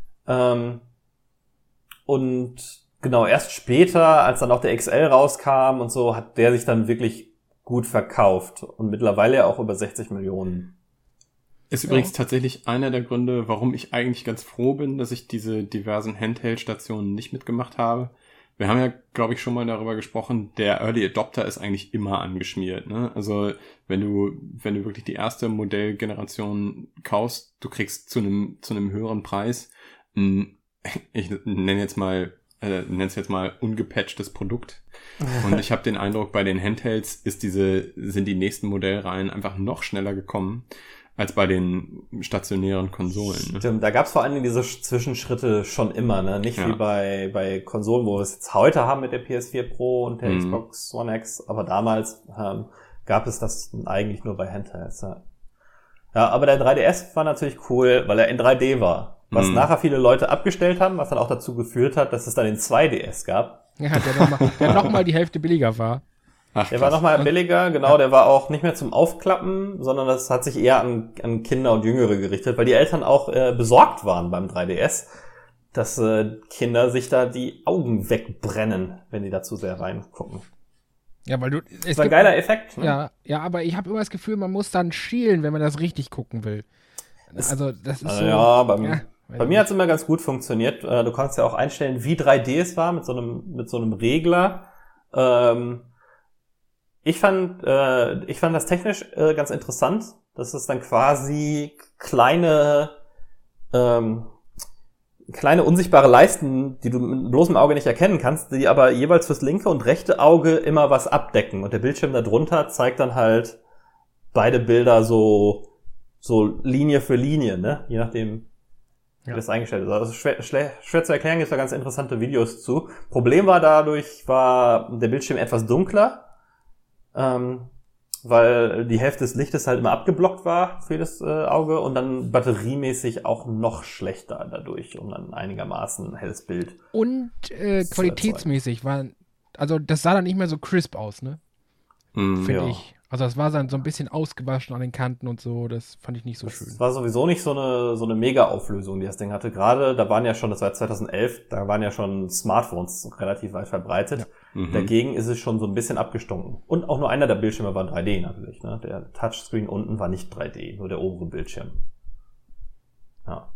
Und genau, erst später, als dann auch der XL rauskam und so, hat der sich dann wirklich gut verkauft. Und mittlerweile auch über 60 Millionen. Ist übrigens tatsächlich einer der Gründe, warum ich eigentlich ganz froh bin, dass ich diese diversen Handheld-Stationen nicht mitgemacht habe. Wir haben ja, glaube ich, schon mal darüber gesprochen, der Early Adopter ist eigentlich immer angeschmiert, ne? Also, wenn du wirklich die erste Modellgeneration kaufst, du kriegst zu einem höheren Preis ich nenne es jetzt mal ungepatchtes Produkt. Und ich habe den Eindruck, bei den Handhelds sind die nächsten Modellreihen einfach noch schneller gekommen als bei den stationären Konsolen. Ne? Stimmt, da gab's vor allen Dingen diese Zwischenschritte schon immer, ne? Nicht wie bei Konsolen, wo wir es jetzt heute haben mit der PS4 Pro und der Xbox One X, aber damals gab es das eigentlich nur bei Handhelds. Ja, aber der 3DS war natürlich cool, weil er in 3D war. Was nachher viele Leute abgestellt haben, was dann auch dazu geführt hat, dass es dann den 2DS gab. Ja, der noch mal die Hälfte billiger war. Ach, der war nochmal billiger, genau, der war auch nicht mehr zum Aufklappen, sondern das hat sich eher an Kinder und Jüngere gerichtet, weil die Eltern auch besorgt waren beim 3DS, dass Kinder sich da die Augen wegbrennen, wenn die da zu sehr reingucken. Ja, weil das war ein geiler Effekt. Ne? Ja, aber ich habe immer das Gefühl, man muss dann schielen, wenn man das richtig gucken will. Also das ist so. Ja, bei mir hat es immer ganz gut funktioniert. Du kannst ja auch einstellen, wie 3D es war mit so einem Regler. Ich fand das technisch ganz interessant. Das ist dann quasi kleine unsichtbare Leisten, die du mit bloßem Auge nicht erkennen kannst, die aber jeweils fürs linke und rechte Auge immer was abdecken. Und der Bildschirm da drunter zeigt dann halt beide Bilder so Linie für Linie, ne? Je nachdem, wie das eingestellt ist. Also schwer zu erklären, gibt da ganz interessante Videos zu. Problem war der Bildschirm etwas dunkler, weil die Hälfte des Lichtes halt immer abgeblockt war für das Auge und dann batteriemäßig auch noch schlechter dadurch, um dann einigermaßen helles Bild. Und qualitätsmäßig also das sah dann nicht mehr so crisp aus, ne? Finde ich. Also das war dann so ein bisschen ausgewaschen an den Kanten und so, das fand ich nicht so schön. Das war sowieso nicht so eine Mega-Auflösung, die das Ding hatte. Gerade, das war 2011, da waren ja schon Smartphones relativ weit verbreitet. Ja. Dagegen ist es schon so ein bisschen abgestunken. Und auch nur einer der Bildschirme war 3D natürlich, ne? Der Touchscreen unten war nicht 3D, nur der obere Bildschirm. Ja.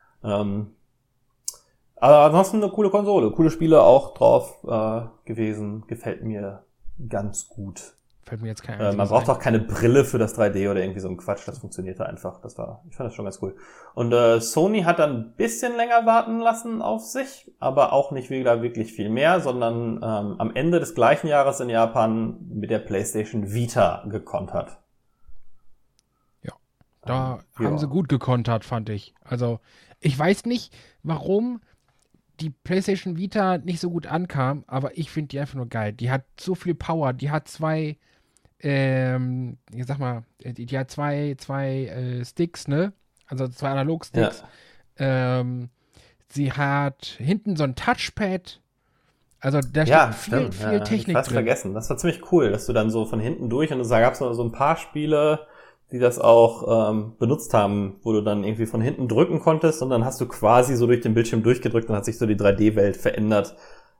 Aber ansonsten eine coole Konsole, coole Spiele auch drauf gewesen, gefällt mir ganz gut. Fällt mir jetzt man braucht auch keine Brille für das 3D oder irgendwie so ein Quatsch, das funktionierte einfach. Ich fand das schon ganz cool. Und Sony hat dann ein bisschen länger warten lassen auf sich, aber auch nicht wieder wirklich viel mehr, sondern am Ende des gleichen Jahres in Japan mit der PlayStation Vita gekontert. Ja, da haben sie gut gekontert, fand ich. Also, ich weiß nicht, warum die PlayStation Vita nicht so gut ankam, aber ich finde die einfach nur geil. Die hat so viel Power, die hat zwei Sticks, ne? Also 2 Analog-Sticks. Ja. Sie hat hinten so ein Touchpad. Also da steht viel Technik fast drin. Vergessen. Das war ziemlich cool, dass du dann so von hinten durch und da gab es noch so ein paar Spiele, die das auch benutzt haben, wo du dann irgendwie von hinten drücken konntest und dann hast du quasi so durch den Bildschirm durchgedrückt und hat sich so die 3D-Welt verändert.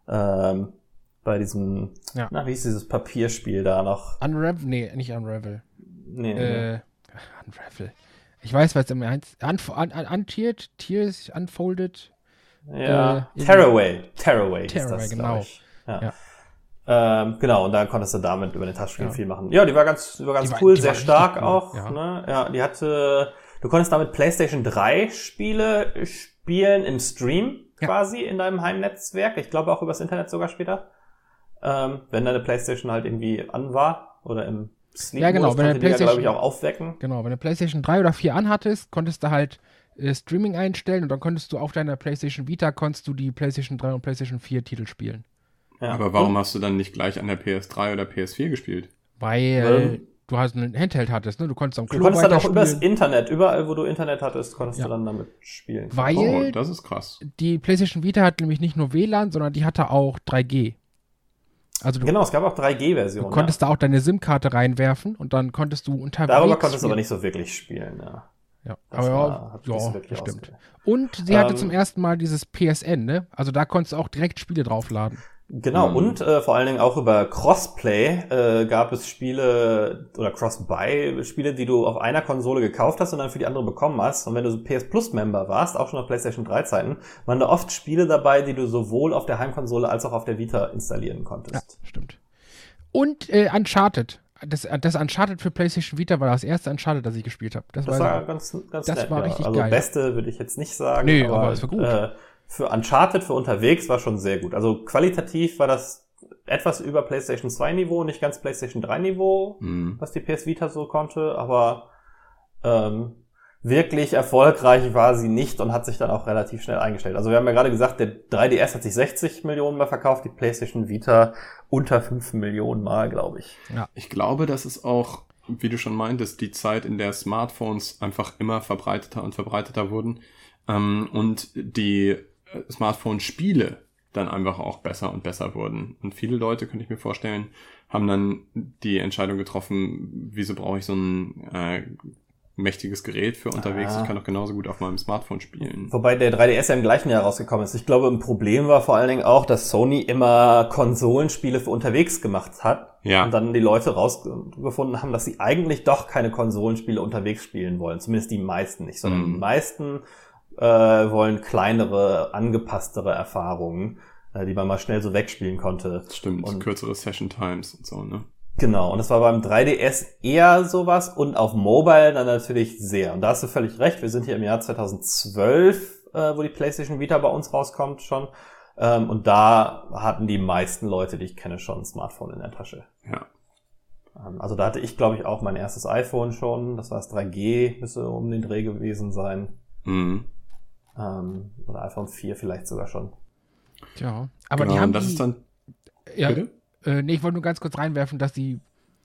Bei diesem, wie hieß dieses Papierspiel da noch? Unravel? Nee, nicht Unravel. Nee. Unravel. Ich weiß, was du meinst. Untiered, Tears, Unfolded. Ja, Tearaway hieß das, genau. Ja. Genau, und dann konntest du damit über den Touchscreen viel machen. Ja, die war ganz cool, sehr stark auch. Ja. Ne? Ja, du konntest damit PlayStation 3 Spiele spielen im Stream quasi in deinem Heimnetzwerk. Ich glaube auch übers Internet sogar später. Wenn deine PlayStation halt irgendwie an war oder im Sleep, wenn du PlayStation, glaube ich, auch aufwecken. Genau, wenn du PlayStation 3 oder 4 anhattest, konntest du halt Streaming einstellen und dann konntest du auf deiner PlayStation Vita die PlayStation 3 und PlayStation 4 Titel spielen. Ja. Aber warum hast du dann nicht gleich an der PS3 oder PS4 gespielt? Weil du einen Handheld hattest, ne? Du konntest am Klo Du konntest dann auch übers Internet, überall wo du Internet hattest, konntest du dann damit spielen. Weil das ist krass. Die PlayStation Vita hat nämlich nicht nur WLAN, sondern die hatte auch 3G. Also genau, es gab auch 3G-Versionen. Du konntest da auch deine SIM-Karte reinwerfen und dann konntest du unterwegs Darüber konntest du aber nicht so wirklich spielen, Ja, aber stimmt. Und sie hatte zum ersten Mal dieses PSN, ne? Also da konntest du auch direkt Spiele draufladen. Genau, und vor allen Dingen auch über Crossplay gab es Spiele oder Cross-Buy-Spiele, die du auf einer Konsole gekauft hast und dann für die andere bekommen hast. Und wenn du so PS Plus-Member warst, auch schon auf PlayStation 3-Zeiten, waren da oft Spiele dabei, die du sowohl auf der Heimkonsole als auch auf der Vita installieren konntest. Ja, stimmt. Und Uncharted. Das Uncharted für PlayStation Vita war das erste Uncharted, das ich gespielt habe. Das war ganz nett, war richtig geil. Also beste würde ich jetzt nicht sagen. Nee, aber es war gut. Für Uncharted, für unterwegs war schon sehr gut. Also qualitativ war das etwas über PlayStation 2 Niveau, nicht ganz PlayStation 3 Niveau, was die PS Vita so konnte, aber wirklich erfolgreich war sie nicht und hat sich dann auch relativ schnell eingestellt. Also wir haben ja gerade gesagt, der 3DS hat sich 60 Millionen Mal verkauft, die PlayStation Vita unter 5 Millionen Mal, glaube ich. Ja. Ich glaube, das ist auch, wie du schon meintest, die Zeit, in der Smartphones einfach immer verbreiteter und verbreiteter wurden und die Smartphone-Spiele dann einfach auch besser und besser wurden. Und viele Leute, könnte ich mir vorstellen, haben dann die Entscheidung getroffen, wieso brauche ich so ein mächtiges Gerät für unterwegs? Ich kann doch genauso gut auf meinem Smartphone spielen. Wobei der 3DS ja im gleichen Jahr rausgekommen ist. Ich glaube, ein Problem war vor allen Dingen auch, dass Sony immer Konsolenspiele für unterwegs gemacht hat. Ja. Und dann die Leute rausgefunden haben, dass sie eigentlich doch keine Konsolenspiele unterwegs spielen wollen. Zumindest die meisten nicht, sondern die meisten wollen kleinere, angepasstere Erfahrungen, die man mal schnell so wegspielen konnte. Stimmt, und kürzere Session Times und so, ne? Genau, und das war beim 3DS eher sowas und auf Mobile dann natürlich sehr. Und da hast du völlig recht, wir sind hier im Jahr 2012, wo die PlayStation Vita bei uns rauskommt schon. Und da hatten die meisten Leute, die ich kenne, schon ein Smartphone in der Tasche. Ja. Also da hatte ich, glaube ich, auch mein erstes iPhone schon. Das war das 3G, müsste um den Dreh gewesen sein. Oder iPhone 4 vielleicht sogar schon. Ja, aber genau, die haben das ist dann... Ja, bitte? Nee, ich wollte nur ganz kurz reinwerfen, dass die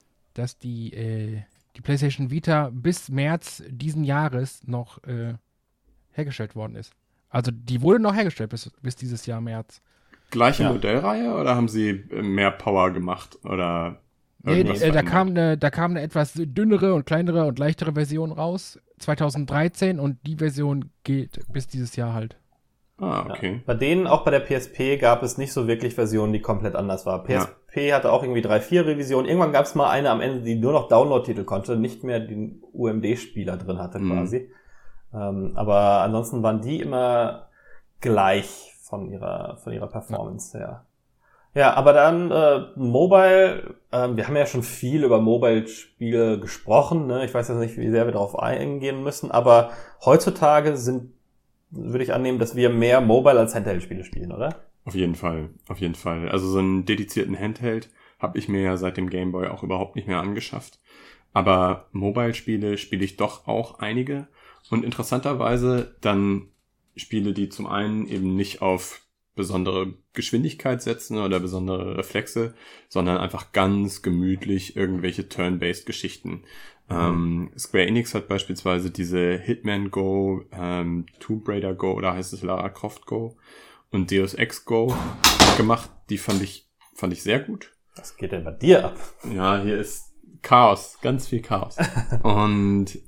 PlayStation Vita bis März diesen Jahres noch hergestellt worden ist. Also die wurde noch hergestellt bis dieses Jahr März. Gleiche Modellreihe oder haben sie mehr Power gemacht oder irgendwas? Nee, da kam eine etwas dünnere und kleinere und leichtere Version raus, 2013, und die Version geht bis dieses Jahr halt. Ah, okay. Ja. Bei denen, auch bei der PSP, gab es nicht so wirklich Versionen, die komplett anders war. PSP hatte auch irgendwie 3-4 Revisionen. Irgendwann gab es mal eine am Ende, die nur noch Download-Titel konnte, nicht mehr den UMD-Spieler drin hatte quasi. Aber ansonsten waren die immer gleich von ihrer Performance her. Ja, aber dann Mobile, wir haben ja schon viel über Mobile-Spiele gesprochen, ne? Ich weiß jetzt nicht, wie sehr wir darauf eingehen müssen, aber heutzutage würde ich annehmen, dass wir mehr Mobile als Handheld-Spiele spielen, oder? Auf jeden Fall. Also so einen dedizierten Handheld habe ich mir ja seit dem Game Boy auch überhaupt nicht mehr angeschafft. Aber Mobile-Spiele spiele ich doch auch einige. Und interessanterweise dann Spiele, die zum einen eben nicht auf besondere Geschwindigkeit setzen oder besondere Reflexe, sondern einfach ganz gemütlich irgendwelche Turn-Based-Geschichten. Square Enix hat beispielsweise diese Hitman Go, Tomb Raider Go oder heißt es Lara Croft Go und Deus Ex Go gemacht. Die fand ich sehr gut. Was geht denn bei dir ab? Ja, hier ist Chaos, ganz viel Chaos. Und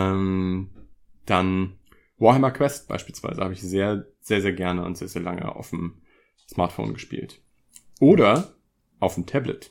dann Warhammer Quest beispielsweise habe ich sehr, sehr, sehr gerne und sehr, sehr lange auf dem Smartphone gespielt. Oder auf dem Tablet.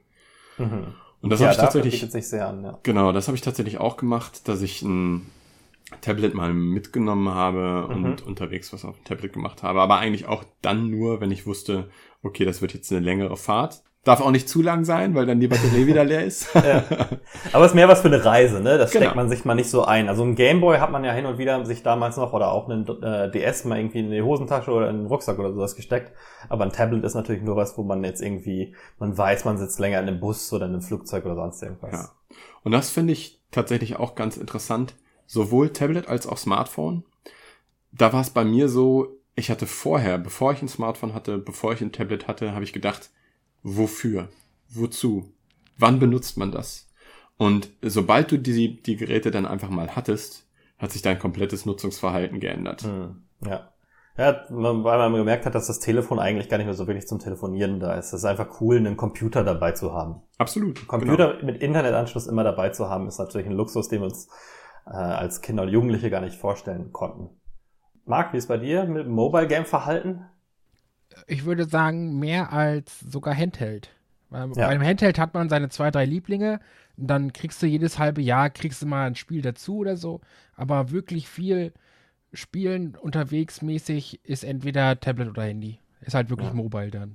Mhm. Und das habe ich tatsächlich. Bietet sich sehr an, ja. Genau, das habe ich tatsächlich auch gemacht, dass ich ein Tablet mal mitgenommen habe und unterwegs was auf dem Tablet gemacht habe. Aber eigentlich auch dann nur, wenn ich wusste, okay, das wird jetzt eine längere Fahrt. Darf auch nicht zu lang sein, weil dann die Batterie wieder leer ist. Ja. Aber es ist mehr was für eine Reise, ne? Das steckt man sich mal nicht so ein. Also ein Gameboy hat man ja hin und wieder sich damals noch oder auch einen DS mal irgendwie in die Hosentasche oder in den Rucksack oder sowas gesteckt. Aber ein Tablet ist natürlich nur was, wo man jetzt irgendwie, man weiß, man sitzt länger in einem Bus oder in einem Flugzeug oder sonst irgendwas. Ja. Und das finde ich tatsächlich auch ganz interessant. Sowohl Tablet als auch Smartphone. Da war es bei mir so, ich hatte vorher, bevor ich ein Smartphone hatte, bevor ich ein Tablet hatte, habe ich gedacht, wofür? Wozu? Wann benutzt man das? Und sobald du die Geräte dann einfach mal hattest, hat sich dein komplettes Nutzungsverhalten geändert. Ja. Ja, weil man gemerkt hat, dass das Telefon eigentlich gar nicht mehr so wirklich zum Telefonieren da ist. Es ist einfach cool, einen Computer dabei zu haben. Absolut. Ein Computer mit Internetanschluss immer dabei zu haben, ist natürlich ein Luxus, den wir uns als Kinder und Jugendliche gar nicht vorstellen konnten. Marc, wie ist bei dir mit dem Mobile-Game-Verhalten? Ich würde sagen, mehr als sogar Handheld. Bei einem Handheld hat man seine 2, 3 Lieblinge, dann kriegst du jedes halbe Jahr mal ein Spiel dazu oder so, aber wirklich viel Spielen unterwegs mäßig ist entweder Tablet oder Handy. Ist halt wirklich Mobile dann.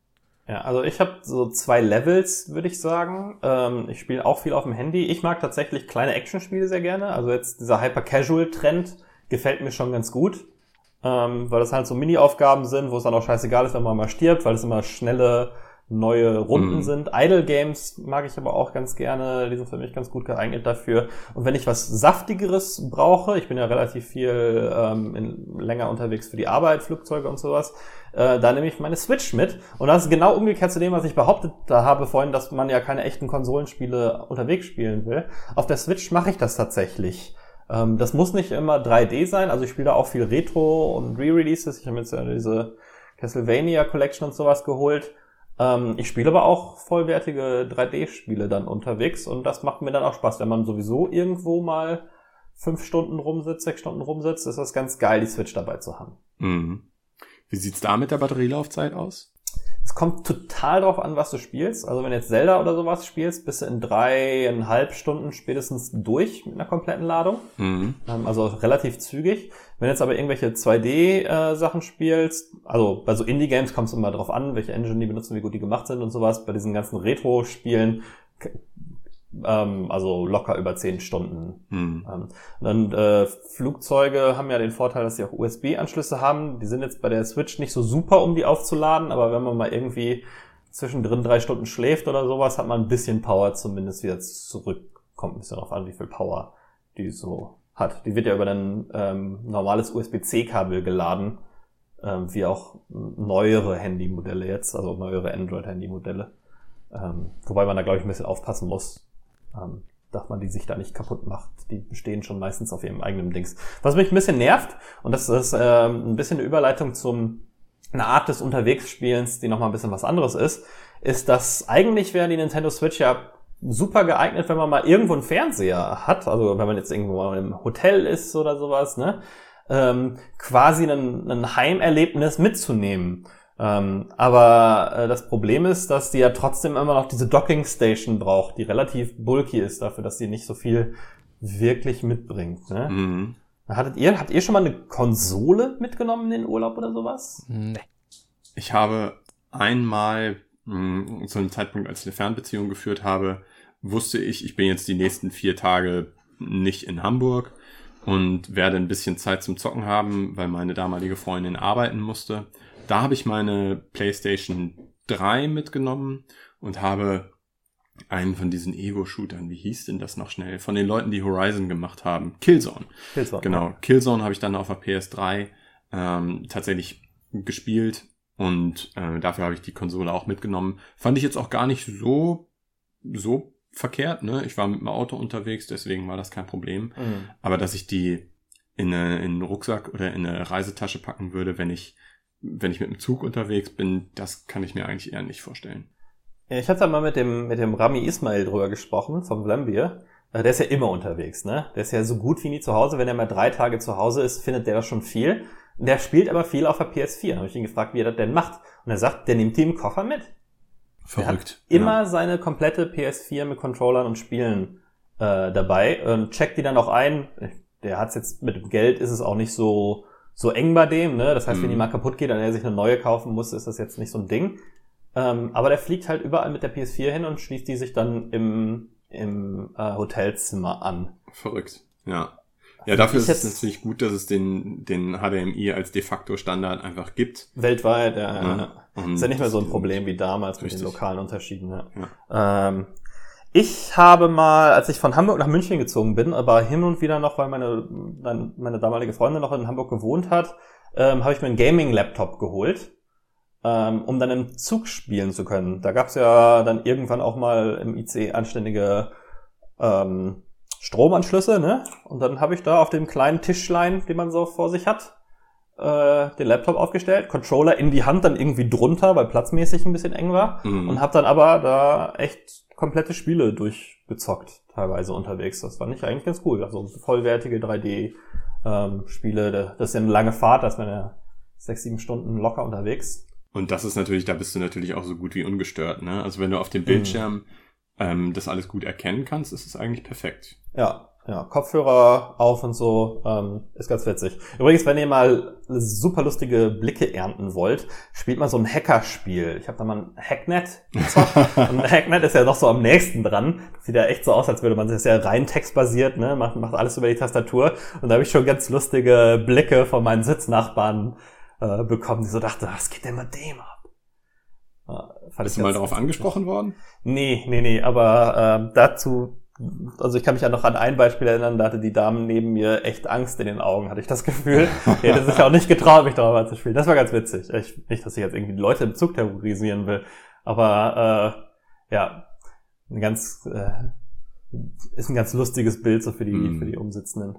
Ja, also ich habe so 2 Levels, würde ich sagen. Ich spiele auch viel auf dem Handy. Ich mag tatsächlich kleine Actionspiele sehr gerne. Also jetzt dieser Hyper-Casual-Trend gefällt mir schon ganz gut. Weil das halt so Mini-Aufgaben sind, wo es dann auch scheißegal ist, wenn man mal stirbt, weil es immer schnelle, neue Runden sind. Idle-Games mag ich aber auch ganz gerne, die sind für mich ganz gut geeignet dafür. Und wenn ich was Saftigeres brauche, ich bin ja relativ viel länger unterwegs für die Arbeit, Flugzeuge und sowas, da nehme ich meine Switch mit. Und das ist genau umgekehrt zu dem, was ich behauptet habe vorhin, dass man ja keine echten Konsolenspiele unterwegs spielen will. Auf der Switch mache ich das tatsächlich. Das muss nicht immer 3D sein, also ich spiele da auch viel Retro und Re-Releases. Ich habe jetzt ja diese Castlevania Collection und sowas geholt. Ich spiele aber auch vollwertige 3D-Spiele dann unterwegs und das macht mir dann auch Spaß. Wenn man sowieso irgendwo mal 5 Stunden rumsitzt, 6 Stunden rumsitzt, ist das ganz geil, die Switch dabei zu haben. Mhm. Wie sieht's da mit der Batterielaufzeit aus? Es kommt total drauf an, was du spielst. Also wenn du jetzt Zelda oder sowas spielst, bist du in 3,5 Stunden spätestens durch mit einer kompletten Ladung. Also relativ zügig. Wenn du jetzt aber irgendwelche 2D-Sachen spielst, also bei so Indie-Games kommt es immer drauf an, welche Engine die benutzen, wie gut die gemacht sind und sowas. Bei diesen ganzen Retro-Spielen also locker über 10 Stunden. Dann Flugzeuge haben ja den Vorteil, dass sie auch USB-Anschlüsse haben. Die sind jetzt bei der Switch nicht so super, um die aufzuladen, aber wenn man mal irgendwie zwischendrin 3 Stunden schläft oder sowas, hat man ein bisschen Power zumindest wieder zurück. Kommt ein bisschen darauf an, wie viel Power die so hat. Die wird ja über ein normales USB-C-Kabel geladen, wie auch neuere Handymodelle jetzt, also neuere Android-Handymodelle. Wobei man da, glaube ich, ein bisschen aufpassen muss, dass man die sich da nicht kaputt macht. Die bestehen schon meistens auf ihrem eigenen Dings. Was mich ein bisschen nervt, und das ist ein bisschen eine Überleitung eine Art des Unterwegsspielens, die nochmal ein bisschen was anderes ist, dass eigentlich wäre die Nintendo Switch ja super geeignet, wenn man mal irgendwo einen Fernseher hat, also wenn man jetzt irgendwo mal im Hotel ist oder sowas, ne, quasi ein Heimerlebnis mitzunehmen. Aber das Problem ist, dass die ja trotzdem immer noch diese Docking Station braucht, die relativ bulky ist dafür, dass sie nicht so viel wirklich mitbringt. Ne? Habt ihr schon mal eine Konsole mitgenommen in den Urlaub oder sowas? Nee. Ich habe einmal zu einem Zeitpunkt, als ich eine Fernbeziehung geführt habe, wusste ich bin jetzt die nächsten 4 Tage nicht in Hamburg und werde ein bisschen Zeit zum Zocken haben, weil meine damalige Freundin arbeiten musste. Da habe ich meine PlayStation 3 mitgenommen und habe einen von diesen Evo-Shootern, wie hieß denn das noch schnell, von den Leuten, die Horizon gemacht haben. Killzone. Genau, ja. Killzone habe ich dann auf der PS3 tatsächlich gespielt und dafür habe ich die Konsole auch mitgenommen. Fand ich jetzt auch gar nicht so verkehrt, ne? Ich war mit dem Auto unterwegs, deswegen war das kein Problem. Aber dass ich die in einen Rucksack oder in eine Reisetasche packen würde, wenn ich mit dem Zug unterwegs bin, das kann ich mir eigentlich eher nicht vorstellen. Ich habe da mal mit dem Rami Ismail drüber gesprochen, vom Vlambeer. Der ist ja immer unterwegs, ne? Der ist ja so gut wie nie zu Hause. Wenn er mal 3 Tage zu Hause ist, findet der das schon viel. Der spielt aber viel auf der PS4. Da habe ich ihn gefragt, wie er das denn macht. Und er sagt, der nimmt die im Koffer mit. Verrückt. Der hat immer seine komplette PS4 mit Controllern und Spielen dabei und checkt die dann auch ein. Der hat's jetzt mit dem Geld, ist es auch nicht so eng bei dem, ne? Das heißt, wenn die mal kaputt geht und er sich eine neue kaufen muss, ist das jetzt nicht so ein Ding. Aber der fliegt halt überall mit der PS4 hin und schließt die sich dann im Hotelzimmer an. Verrückt, ja. Ja, dafür ist es natürlich gut, dass es den HDMI als de facto Standard einfach gibt. Weltweit, ja. Ist ja nicht mehr so ein Problem wie damals mit den lokalen Unterschieden. Ja. Ich habe mal, als ich von Hamburg nach München gezogen bin, aber hin und wieder noch, weil meine damalige Freundin noch in Hamburg gewohnt hat, habe ich mir einen Gaming-Laptop geholt, um dann im Zug spielen zu können. Da gab's ja dann irgendwann auch mal im ICE anständige Stromanschlüsse, ne? Und dann habe ich da auf dem kleinen Tischlein, den man so vor sich hat, den Laptop aufgestellt, Controller in die Hand, dann irgendwie drunter, weil platzmäßig ein bisschen eng war, und habe dann aber da echt komplette Spiele durchgezockt, teilweise unterwegs. Das fand ich eigentlich ganz cool. Also vollwertige 3D-Spiele, das ist ja eine lange Fahrt, da ist man ja 6-7 Stunden locker unterwegs. Und das ist natürlich, da bist du natürlich auch so gut wie ungestört, ne? Also wenn du auf dem Bildschirm das alles gut erkennen kannst, ist es eigentlich perfekt. Ja, Kopfhörer auf und so, ist ganz witzig. Übrigens, wenn ihr mal super lustige Blicke ernten wollt, spielt mal so ein Hackerspiel. Ich habe da mal ein Hacknet gezockt. Und Hacknet ist ja noch so am nächsten dran. Sieht ja echt so aus, als würde man, das ist ja rein textbasiert, ne, macht alles über die Tastatur. Und da habe ich schon ganz lustige Blicke von meinen Sitznachbarn bekommen, die so dachten, was geht denn mit dem ab? Bist du mal darauf angesprochen worden? Nee, aber dazu, also ich kann mich ja noch an ein Beispiel erinnern, da hatte die Dame neben mir echt Angst in den Augen, hatte ich das Gefühl. Die hätte sich auch nicht getraut, mich darüber zu spielen. Das war ganz witzig. Nicht, dass ich jetzt irgendwie die Leute im Zug terrorisieren will, aber ist ein ganz lustiges Bild so für die Umsitzenden.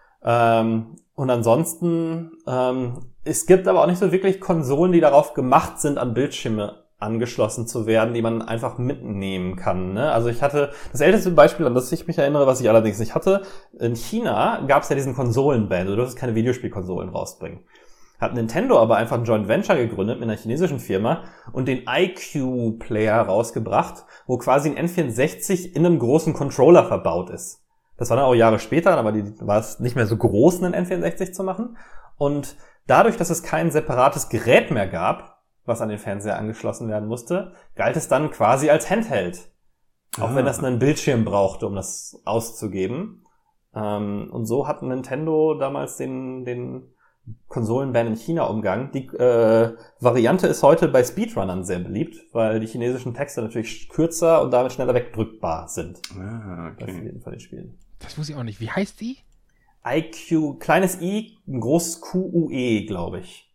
Und ansonsten, es gibt aber auch nicht so wirklich Konsolen, die darauf gemacht sind, an Bildschirme angeschlossen zu werden, die man einfach mitnehmen kann, ne? Also ich hatte das älteste Beispiel, an das ich mich erinnere, was ich allerdings nicht hatte. In China gab es ja diesen Konsolenban, du durftest keine Videospielkonsolen rausbringen. Hat Nintendo aber einfach ein Joint Venture gegründet mit einer chinesischen Firma und den iQ-Player rausgebracht, wo quasi ein N64 in einem großen Controller verbaut ist. Das war dann auch Jahre später, aber war es nicht mehr so groß, einen N64 zu machen. Und dadurch, dass es kein separates Gerät mehr gab, was an den Fernseher angeschlossen werden musste, galt es dann quasi als Handheld. Auch wenn das einen Bildschirm brauchte, um das auszugeben. Und so hat Nintendo damals den Konsolenban in China umgangen. Die Variante ist heute bei Speedrunnern sehr beliebt, weil die chinesischen Texte natürlich kürzer und damit schneller wegdrückbar sind. Okay. Das ist auf jeden Fall den Spielen. Das wusste ich auch nicht. Wie heißt die? iQ, kleines i, ein großes QUE, glaube ich.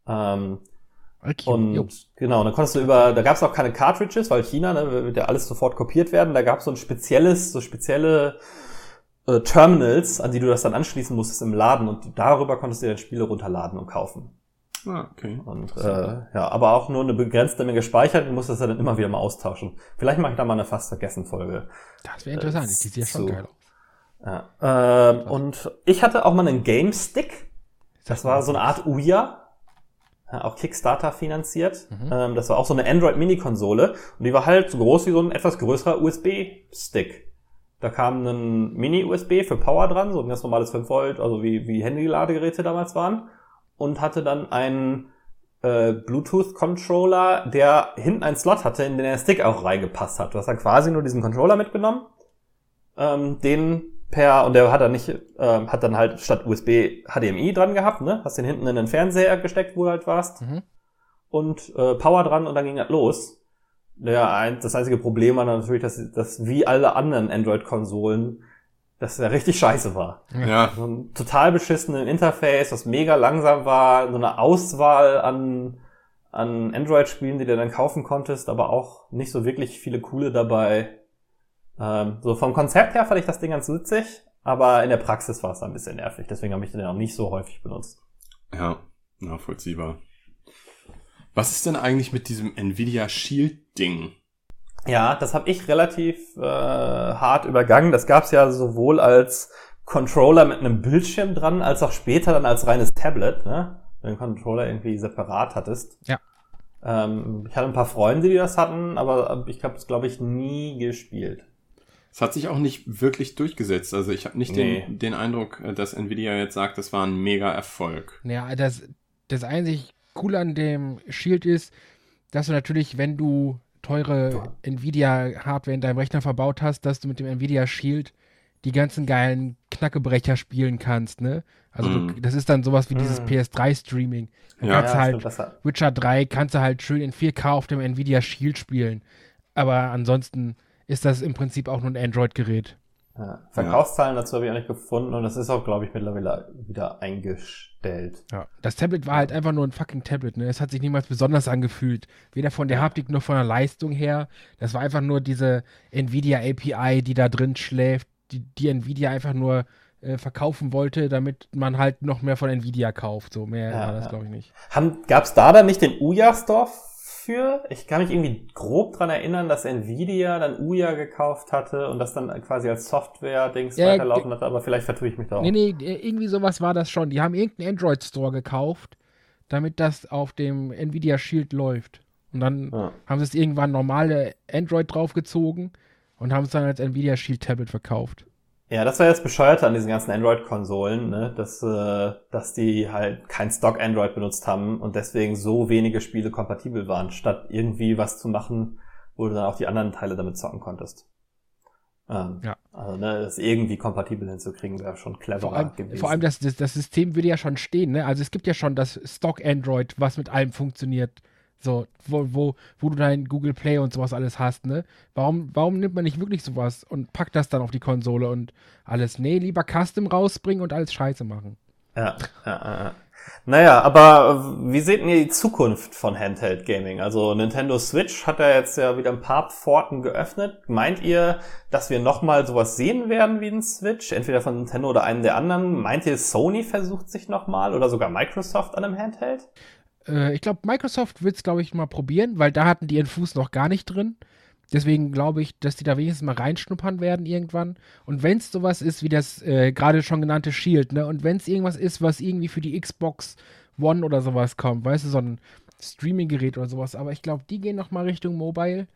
Genau, dann konntest du da gab es auch keine Cartridges, weil China, ne, wird ja alles sofort kopiert werden. Da gab es so spezielle Terminals, an die du das dann anschließen musstest im Laden, und darüber konntest du dann Spiele runterladen und kaufen. Okay. Und aber auch nur eine begrenzte Menge speichert, du musst das dann immer wieder mal austauschen. Vielleicht mache ich da mal eine fast vergessen Folge. Das wäre interessant, die sieht ja schon geil aus. Ja, und ich hatte auch mal einen Game Stick. Das war so eine Art Ouya. Auch Kickstarter finanziert. Das war auch so eine Android-Mini-Konsole. Und die war halt so groß wie so ein etwas größerer USB-Stick. Da kam ein Mini-USB für Power dran, so ein ganz normales 5 Volt, also wie Handy-Ladegeräte damals waren. Und hatte dann einen Bluetooth-Controller, der hinten einen Slot hatte, in den der Stick auch reingepasst hat. Du hast dann quasi nur diesen Controller mitgenommen, und der hat dann halt statt USB HDMI dran gehabt, ne? Hast den hinten in den Fernseher gesteckt, wo du halt warst. Und Power dran, und dann ging das los. Das einzige Problem war natürlich, dass wie alle anderen Android-Konsolen, dass der richtig scheiße war. Ja. So ein total beschissenes Interface, das mega langsam war, so eine Auswahl an Android-Spielen, die du dann kaufen konntest, aber auch nicht so wirklich viele coole dabei. So vom Konzept her fand ich das Ding ganz witzig, aber in der Praxis war es ein bisschen nervig. Deswegen habe ich den auch nicht so häufig benutzt. Ja, nachvollziehbar. Was ist denn eigentlich mit diesem Nvidia Shield-Ding? Ja, das habe ich relativ hart übergangen. Das gab's ja sowohl als Controller mit einem Bildschirm dran, als auch später dann als reines Tablet, ne? Wenn du den Controller irgendwie separat hattest. Ja. Ich hatte ein paar Freunde, die das hatten, aber ich habe es, glaube ich, nie gespielt. Es hat sich auch nicht wirklich durchgesetzt. Also ich habe nicht den Eindruck, dass Nvidia jetzt sagt, das war ein Mega-Erfolg. Ja, das einzig Coole an dem Shield ist, dass du natürlich, wenn du teure Nvidia-Hardware in deinem Rechner verbaut hast, dass du mit dem Nvidia Shield die ganzen geilen Knackebrecher spielen kannst, ne? Also das ist dann sowas wie dieses PS3-Streaming. Dann kannst du halt Witcher 3 kannst du halt schön in 4K auf dem Nvidia Shield spielen. Aber ansonsten ist das im Prinzip auch nur ein Android-Gerät. Ja. Verkaufszahlen dazu habe ich auch nicht gefunden und das ist auch, glaube ich, mittlerweile wieder eingestellt. Ja, das Tablet war halt einfach nur ein fucking Tablet, ne? Es hat sich niemals besonders angefühlt. Weder von der Haptik noch von der Leistung her. Das war einfach nur diese Nvidia API, die da drin schläft, die Nvidia einfach nur verkaufen wollte, damit man halt noch mehr von Nvidia kauft. So mehr war das, glaube ich, nicht. Gab's da dann nicht den Ouya Store für? Ich kann mich irgendwie grob dran erinnern, dass Nvidia dann Ouya gekauft hatte und das dann quasi als Software-Dings weiterlaufen hatte, aber vielleicht vertue ich mich da auch. Nee, irgendwie sowas war das schon. Die haben irgendeinen Android-Store gekauft, damit das auf dem Nvidia Shield läuft. Und dann haben sie es irgendwann normale Android draufgezogen und haben es dann als Nvidia Shield Tablet verkauft. Ja, das war jetzt Bescheuerte an diesen ganzen Android-Konsolen, ne? Dass die halt kein Stock-Android benutzt haben und deswegen so wenige Spiele kompatibel waren, statt irgendwie was zu machen, wo du dann auch die anderen Teile damit zocken konntest. Also, ne, das irgendwie kompatibel hinzukriegen, wäre schon cleverer gewesen. Vor allem das System würde ja schon stehen, ne? Also es gibt ja schon das Stock-Android, was mit allem funktioniert. So, wo du dein Google Play und sowas alles hast, ne? Warum nimmt man nicht wirklich sowas und packt das dann auf die Konsole und alles? Nee, lieber Custom rausbringen und alles scheiße machen. Ja. Naja, aber wie seht ihr die Zukunft von Handheld Gaming? Also Nintendo Switch hat ja jetzt ja wieder ein paar Pforten geöffnet. Meint ihr, dass wir nochmal sowas sehen werden wie ein Switch? Entweder von Nintendo oder einem der anderen? Meint ihr, Sony versucht sich nochmal oder sogar Microsoft an einem Handheld? Ich glaube, Microsoft wird es, glaube ich, mal probieren, weil da hatten die ihren Fuß noch gar nicht drin. Deswegen glaube ich, dass die da wenigstens mal reinschnuppern werden irgendwann. Und wenn es sowas ist wie das gerade schon genannte Shield, ne? Und wenn es irgendwas ist, was irgendwie für die Xbox One oder sowas kommt, weißt du, so ein Streaming-Gerät oder sowas. Aber ich glaube, die gehen noch mal Richtung Mobile.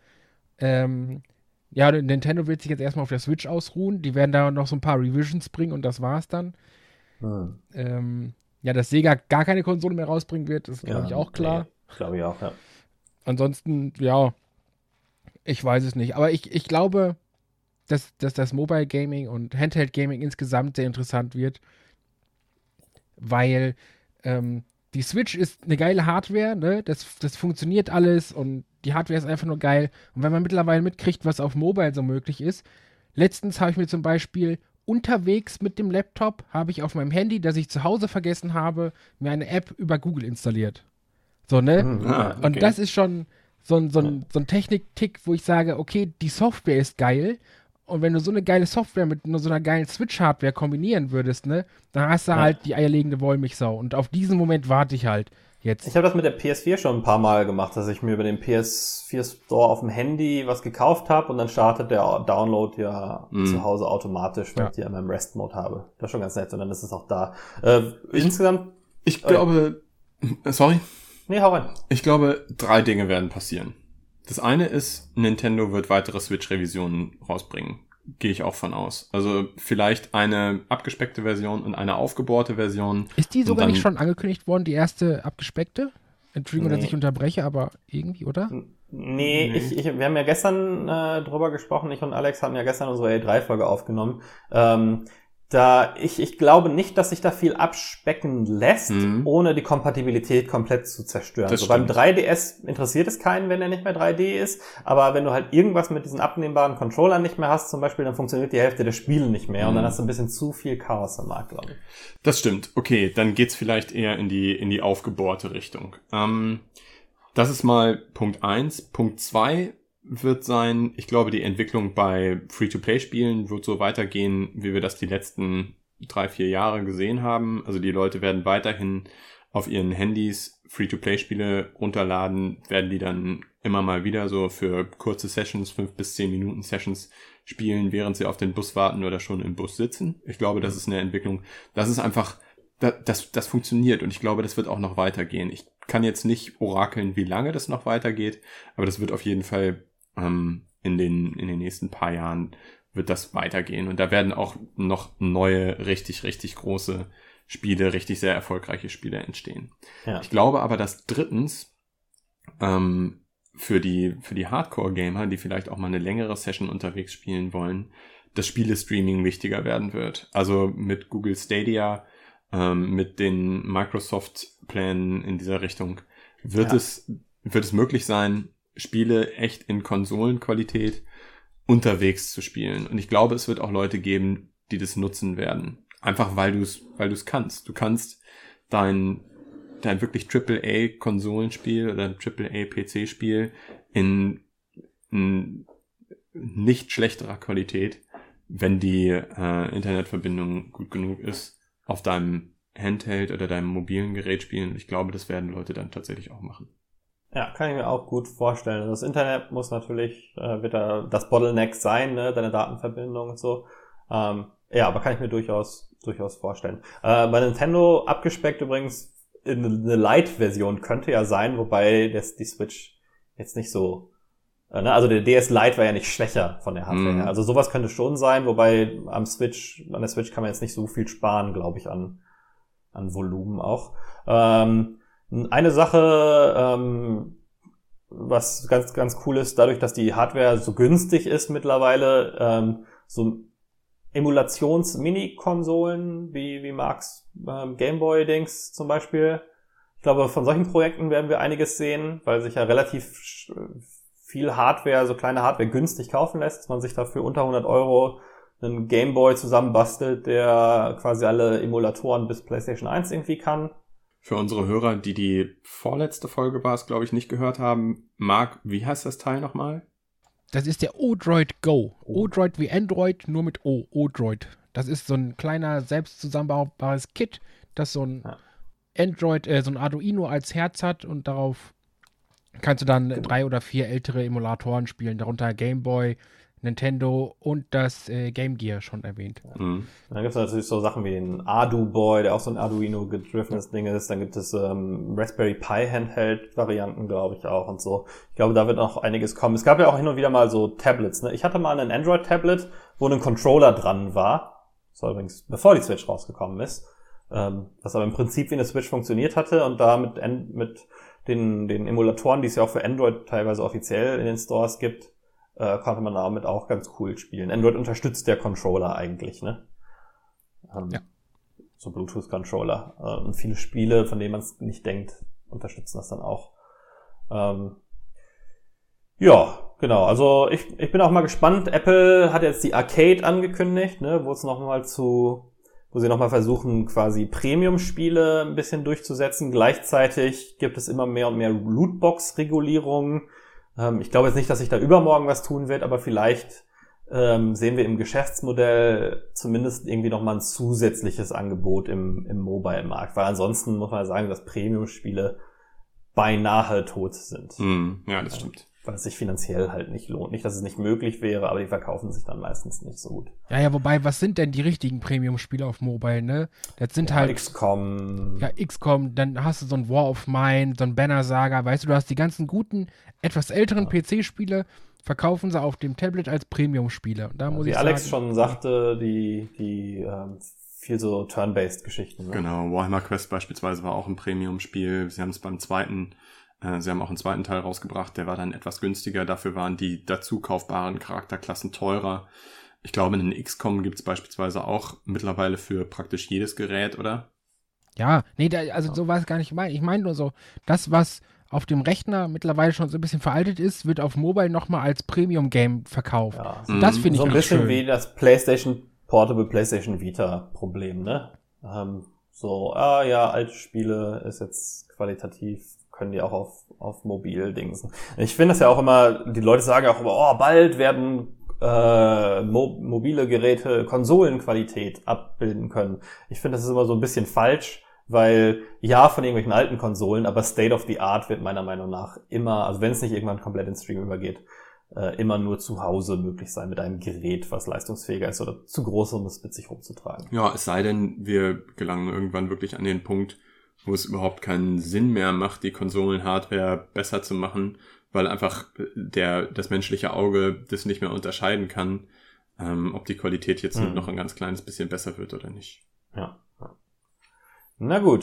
Nintendo wird sich jetzt erstmal auf der Switch ausruhen. Die werden da noch so ein paar Revisions bringen und das war's dann. Dass Sega gar keine Konsole mehr rausbringen wird, ist, glaube ich, auch klar. Nee, glaube ich auch, ja. Ansonsten, ich weiß es nicht. Aber ich glaube, dass das Mobile Gaming und Handheld Gaming insgesamt sehr interessant wird, weil die Switch ist eine geile Hardware, ne? Das funktioniert alles und die Hardware ist einfach nur geil. Und wenn man mittlerweile mitkriegt, was auf Mobile so möglich ist, letztens habe ich mir zum Beispiel unterwegs mit dem Laptop, habe ich auf meinem Handy, das ich zu Hause vergessen habe, mir eine App über Google installiert. So, ne? Okay. Und das ist schon so ein Technik-Tick, wo ich sage, okay, die Software ist geil. Und wenn du so eine geile Software mit nur so einer geilen Switch-Hardware kombinieren würdest, ne, dann hast du halt die eierlegende Wollmilchsau. Und auf diesen Moment warte ich halt jetzt. Ich habe das mit der PS4 schon ein paar Mal gemacht, dass ich mir über den PS4 Store auf dem Handy was gekauft habe und dann startet der Download zu Hause automatisch, weil ich die in meinem Rest-Mode habe. Das ist schon ganz nett und dann ist es auch da. Insgesamt... Ich glaube... Sorry? Nee, hau rein. Ich glaube, 3 Dinge werden passieren. Das eine ist, Nintendo wird weitere Switch-Revisionen rausbringen. Gehe ich auch von aus. Also vielleicht eine abgespeckte Version und eine aufgebohrte Version. Ist die sogar nicht schon angekündigt worden, die erste abgespeckte? Entschuldigung, dass ich unterbreche, aber irgendwie, oder? Nee. Wir haben ja gestern drüber gesprochen, ich und Alex haben ja gestern unsere E3-Folge aufgenommen. Ich glaube nicht, dass sich da viel abspecken lässt, ohne die Kompatibilität komplett zu zerstören. Also beim 3DS interessiert es keinen, wenn er nicht mehr 3D ist, aber wenn du halt irgendwas mit diesen abnehmbaren Controllern nicht mehr hast, zum Beispiel, dann funktioniert die Hälfte der Spiele nicht mehr und dann hast du ein bisschen zu viel Chaos im Markt, glaube ich. Das stimmt. Okay, dann geht's vielleicht eher in die aufgebohrte Richtung. Das ist mal Punkt 1. Punkt 2 wird sein, ich glaube, die Entwicklung bei Free-to-Play-Spielen wird so weitergehen, wie wir das die letzten 3-4 Jahre gesehen haben. Also die Leute werden weiterhin auf ihren Handys Free-to-Play-Spiele runterladen, werden die dann immer mal wieder so für kurze Sessions, 5 bis 10 Minuten Sessions spielen, während sie auf den Bus warten oder schon im Bus sitzen. Ich glaube, das ist eine Entwicklung, das ist einfach, das funktioniert und ich glaube, das wird auch noch weitergehen. Ich kann jetzt nicht orakeln, wie lange das noch weitergeht, aber das wird auf jeden Fall in den nächsten paar Jahren wird das weitergehen und da werden auch noch neue, richtig, richtig große Spiele, richtig sehr erfolgreiche Spiele entstehen. Ja. Ich glaube aber, dass drittens für die Hardcore-Gamer, die vielleicht auch mal eine längere Session unterwegs spielen wollen, das Spiele-Streaming wichtiger werden wird. Also mit Google Stadia, mit den Microsoft-Plänen in dieser Richtung wird es möglich sein, Spiele echt in Konsolenqualität unterwegs zu spielen. Und ich glaube, es wird auch Leute geben, die das nutzen werden. Einfach weil du es kannst. Du kannst dein wirklich AAA-Konsolenspiel oder AAA-PC-Spiel in nicht schlechterer Qualität, wenn die Internetverbindung gut genug ist, auf deinem Handheld oder deinem mobilen Gerät spielen. Ich glaube, das werden Leute dann tatsächlich auch machen. Ja, kann ich mir auch gut vorstellen. Das Internet muss natürlich wieder das Bottleneck sein, ne, deine Datenverbindung und so. Ja, aber kann ich mir durchaus vorstellen. Bei Nintendo abgespeckt übrigens eine Lite-Version könnte ja sein, wobei die Switch jetzt nicht so, ne, also der DS Lite war ja nicht schwächer von der Hardware her. Also sowas könnte schon sein, wobei an der Switch kann man jetzt nicht so viel sparen, glaube ich, an Volumen auch. Eine Sache, was ganz, ganz cool ist, dadurch, dass die Hardware so günstig ist mittlerweile, so Emulations-Mini-Konsolen wie Marks Gameboy-Dings zum Beispiel. Ich glaube, von solchen Projekten werden wir einiges sehen, weil sich ja relativ viel Hardware, so kleine Hardware günstig kaufen lässt, dass man sich dafür unter 100 € einen Gameboy zusammenbastelt, der quasi alle Emulatoren bis PlayStation 1 irgendwie kann. Für unsere Hörer, die vorletzte Folge war es, glaube ich, nicht gehört haben, Marc, wie heißt das Teil nochmal? Das ist der Odroid Go. Odroid wie Android, nur mit O. Odroid. Das ist so ein kleiner, selbst zusammenbaubares Kit, das so ein Android, so ein Arduino als Herz hat und darauf kannst du dann 3 oder 4 ältere Emulatoren spielen, darunter Game Boy, Nintendo und das Game Gear schon erwähnt. Mhm. Dann gibt es natürlich so Sachen wie den Ardu-Boy, der auch so ein Arduino gedrivenes Ding ist. Dann gibt es Raspberry Pi Handheld-Varianten, glaube ich, auch und so. Ich glaube, da wird noch einiges kommen. Es gab ja auch hin und wieder mal so Tablets. Ne? Ich hatte mal ein Android-Tablet, wo ein Controller dran war. Das war übrigens bevor die Switch rausgekommen ist. Was aber im Prinzip wie eine Switch funktioniert hatte und da mit den Emulatoren, die es ja auch für Android teilweise offiziell in den Stores gibt, konnte man damit auch ganz cool spielen. Android unterstützt der Controller eigentlich, ne? Ja. So Bluetooth-Controller. Und viele Spiele, von denen man es nicht denkt, unterstützen das dann auch. Ja, genau. Also ich bin auch mal gespannt. Apple hat jetzt die Arcade angekündigt, ne? Wo sie nochmal versuchen, quasi Premium-Spiele ein bisschen durchzusetzen. Gleichzeitig gibt es immer mehr und mehr Lootbox-Regulierungen. Ich glaube jetzt nicht, dass sich da übermorgen was tun wird, aber vielleicht sehen wir im Geschäftsmodell zumindest irgendwie nochmal ein zusätzliches Angebot im Mobile-Markt. Weil ansonsten muss man sagen, dass Premium-Spiele beinahe tot sind. Ja, das stimmt. Weil es sich finanziell halt nicht lohnt. Nicht, dass es nicht möglich wäre, aber die verkaufen sich dann meistens nicht so gut. Ja, wobei, was sind denn die richtigen Premium-Spiele auf Mobile, ne? Das sind halt XCOM. Ja, XCOM, dann hast du so ein War of Mine, so ein Banner Saga, weißt du hast die ganzen guten, etwas älteren PC-Spiele, verkaufen sie auf dem Tablet als Premium-Spiele. Da muss wie ich Alex sagen, schon sagte, die viel so Turn-Based-Geschichten. Ne? Genau, Warhammer Quest beispielsweise war auch ein Premium-Spiel. Sie haben es sie haben auch einen zweiten Teil rausgebracht, der war dann etwas günstiger, dafür waren die dazu kaufbaren Charakterklassen teurer. Ich glaube, einen XCOM gibt es beispielsweise auch mittlerweile für praktisch jedes Gerät, oder? Ja, nee, so war es gar nicht gemeint. Ich meine nur so, das, was auf dem Rechner mittlerweile schon so ein bisschen veraltet ist, wird auf Mobile nochmal als Premium-Game verkauft. Ja. Das finde ich so ein bisschen schön. Wie das Portable PlayStation Vita-Problem, ne? Alte Spiele ist jetzt qualitativ, können die auch auf Mobil-Dingsen. Ich finde das ja auch immer, die Leute sagen auch immer, bald werden mobile Geräte Konsolenqualität abbilden können. Ich finde, das ist immer so ein bisschen falsch, weil ja, von irgendwelchen alten Konsolen, aber State of the Art wird meiner Meinung nach immer, also wenn es nicht irgendwann komplett ins Stream übergeht, immer nur zu Hause möglich sein mit einem Gerät, was leistungsfähiger ist oder zu groß, um es mit sich rumzutragen. Ja, es sei denn, wir gelangen irgendwann wirklich an den Punkt, wo es überhaupt keinen Sinn mehr macht, die Konsolen-Hardware besser zu machen, weil einfach das menschliche Auge das nicht mehr unterscheiden kann, ob die Qualität jetzt noch ein ganz kleines bisschen besser wird oder nicht. Ja. Na gut.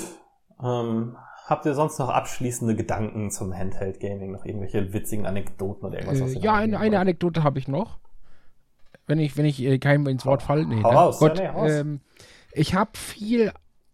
Habt ihr sonst noch abschließende Gedanken zum Handheld-Gaming? Noch irgendwelche witzigen Anekdoten oder irgendwas? Ja, eine Anekdote habe ich noch. Wenn ich keinem ins Wort falle. Nee, hau raus. Gott, ja, raus. Ich habe viel,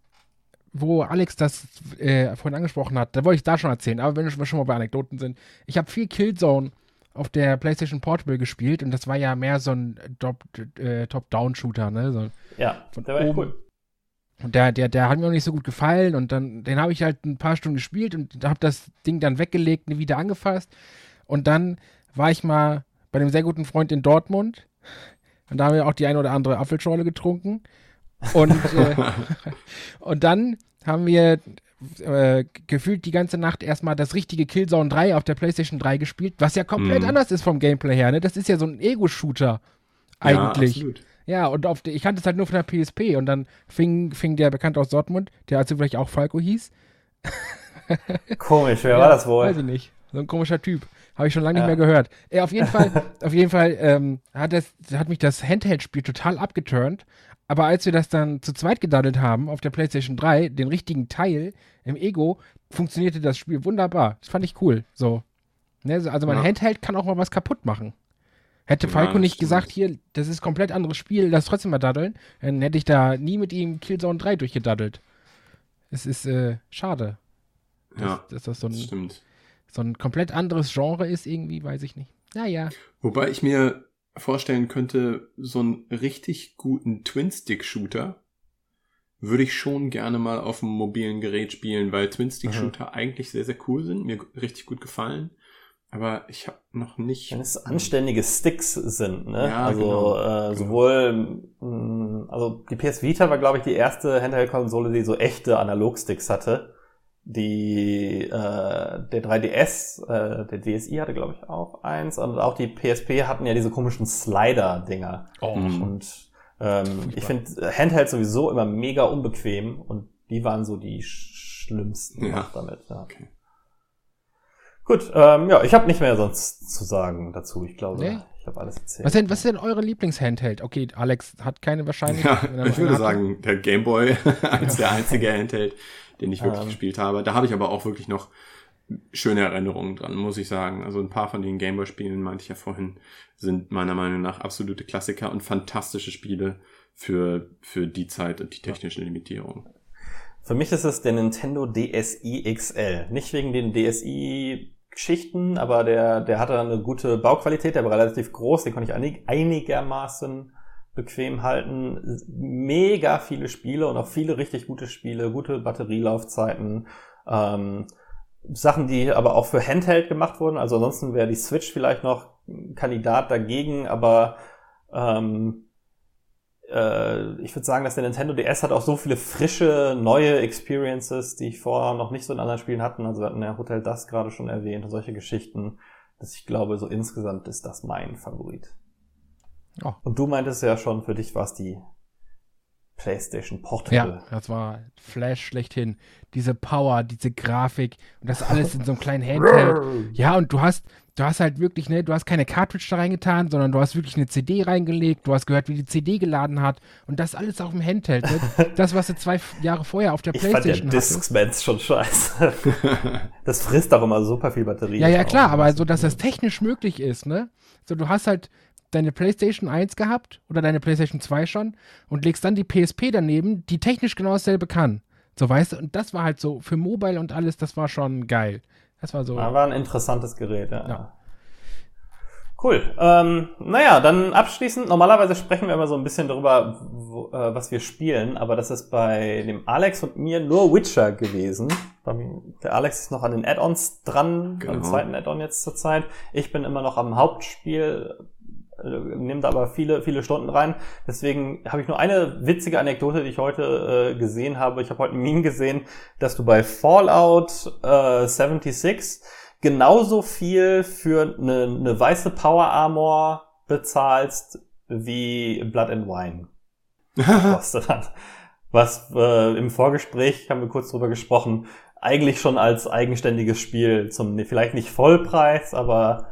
wo Alex das vorhin angesprochen hat, da wollte ich da schon erzählen, aber wenn wir schon mal bei Anekdoten sind. Ich habe viel Killzone auf der PlayStation Portable gespielt und das war ja mehr so ein Top-Down-Shooter, ne? So ja, der war echt cool. Und der hat mir auch nicht so gut gefallen und den habe ich halt ein paar Stunden gespielt und habe das Ding dann weggelegt und wieder angefasst. Und dann war ich mal bei einem sehr guten Freund in Dortmund und da haben wir auch die eine oder andere Apfelschorle getrunken. Und, und dann haben wir gefühlt die ganze Nacht erstmal das richtige Killzone 3 auf der PlayStation 3 gespielt, was ja komplett anders ist vom Gameplay her. Ne? Das ist ja so ein Ego-Shooter eigentlich. Ja, absolut. Ja, und ich kannte es halt nur von der PSP und dann fing der Bekannte aus Dortmund, der also vielleicht auch Falco hieß. Komisch, wer war das wohl? Weiß ich nicht. So ein komischer Typ. Habe ich schon lange nicht mehr gehört. Auf jeden Fall hat mich das Handheld-Spiel total abgeturnt. Aber als wir das dann zu zweit gedaddelt haben auf der PlayStation 3, den richtigen Teil im Ego, funktionierte das Spiel wunderbar. Das fand ich cool. So. Ne, also mein Handheld kann auch mal was kaputt machen. Hätte Falco nicht gesagt, hier, das ist ein komplett anderes Spiel, lass trotzdem mal daddeln, dann hätte ich da nie mit ihm Killzone 3 durchgedaddelt. Es ist schade. Dass das so ein komplett anderes Genre ist irgendwie, weiß ich nicht. Naja. Wobei ich mir vorstellen könnte, so einen richtig guten Twin-Stick-Shooter würde ich schon gerne mal auf einem mobilen Gerät spielen, weil Twin-Stick-Shooter eigentlich sehr, sehr cool sind, mir richtig gut gefallen. Aber ich habe noch nicht... Wenn es anständige Sticks sind, ne? Ja, also genau. Sowohl... Also die PS Vita war, glaube ich, die erste Handheld-Konsole, die so echte Analog-Sticks hatte. Der 3DS, der DSi hatte, glaube ich, auch eins. Und auch die PSP hatten ja diese komischen Slider-Dinger. Und ich finde Handheld sowieso immer mega unbequem. Und die waren so die schlimmsten damit. Ja. Okay. Gut, ich habe nicht mehr sonst zu sagen dazu. Ich glaube, ich habe alles erzählt. Was ist denn eure Lieblingshandheld? Okay, Alex hat keine wahrscheinlich. Ja, ich würde sagen, der Game Boy ist der einzige Handheld, den ich wirklich gespielt habe. Da habe ich aber auch wirklich noch schöne Erinnerungen dran, muss ich sagen. Also ein paar von den Game Boy-Spielen, meinte ich ja vorhin, sind meiner Meinung nach absolute Klassiker und fantastische Spiele für die Zeit und die technische Limitierung. Für mich ist es der Nintendo DSi XL. Nicht wegen den DSi-Geschichten, aber der hatte eine gute Bauqualität, der war relativ groß, den konnte ich einigermaßen bequem halten. Mega viele Spiele und auch viele richtig gute Spiele, gute Batterielaufzeiten. Sachen, die aber auch für Handheld gemacht wurden. Also ansonsten wäre die Switch vielleicht noch ein Kandidat dagegen, aber ich würde sagen, dass der Nintendo DS hat auch so viele frische, neue Experiences, die ich vorher noch nicht so in anderen Spielen hatten. Also wir hatten ja Hotel Dusk gerade schon erwähnt und solche Geschichten, dass ich glaube, so insgesamt ist das mein Favorit. Oh. Und du meintest ja schon, für dich war es die PlayStation Portable. Ja, das war Flash schlechthin. Diese Power, diese Grafik und das alles in so einem kleinen Handheld. Ja, und du hast halt wirklich, ne, du hast keine Cartridge da reingetan, sondern du hast wirklich eine CD reingelegt, du hast gehört, wie die CD geladen hat und das alles auf dem Handheld. Ne? Das, was du 2 Jahre vorher auf der PlayStation hattest. Ich fand ja Discmans schon scheiße. Das frisst auch immer super viel Batterie. Ja, klar, aber so, dass das technisch möglich ist, ne? So, du hast halt deine PlayStation 1 gehabt oder deine PlayStation 2 schon und legst dann die PSP daneben, die technisch genau dasselbe kann. So, weißt du, und das war halt so für Mobile und alles, das war schon geil. Das war so. War ein interessantes Gerät, ja. Cool. Dann abschließend, normalerweise sprechen wir immer so ein bisschen darüber, was wir spielen, aber das ist bei dem Alex und mir nur Witcher gewesen. Der Alex ist noch an den Add-ons dran, am zweiten Add-on jetzt zur Zeit. Ich bin immer noch am Hauptspiel nehme da aber viele, viele Stunden rein. Deswegen habe ich nur eine witzige Anekdote, die ich heute gesehen habe. Ich habe heute ein Meme gesehen, dass du bei Fallout 76 genauso viel für eine weiße Power Armor bezahlst wie Blood and Wine. Kostet hat. Was im Vorgespräch, haben wir kurz drüber gesprochen, eigentlich schon als eigenständiges Spiel vielleicht nicht Vollpreis, aber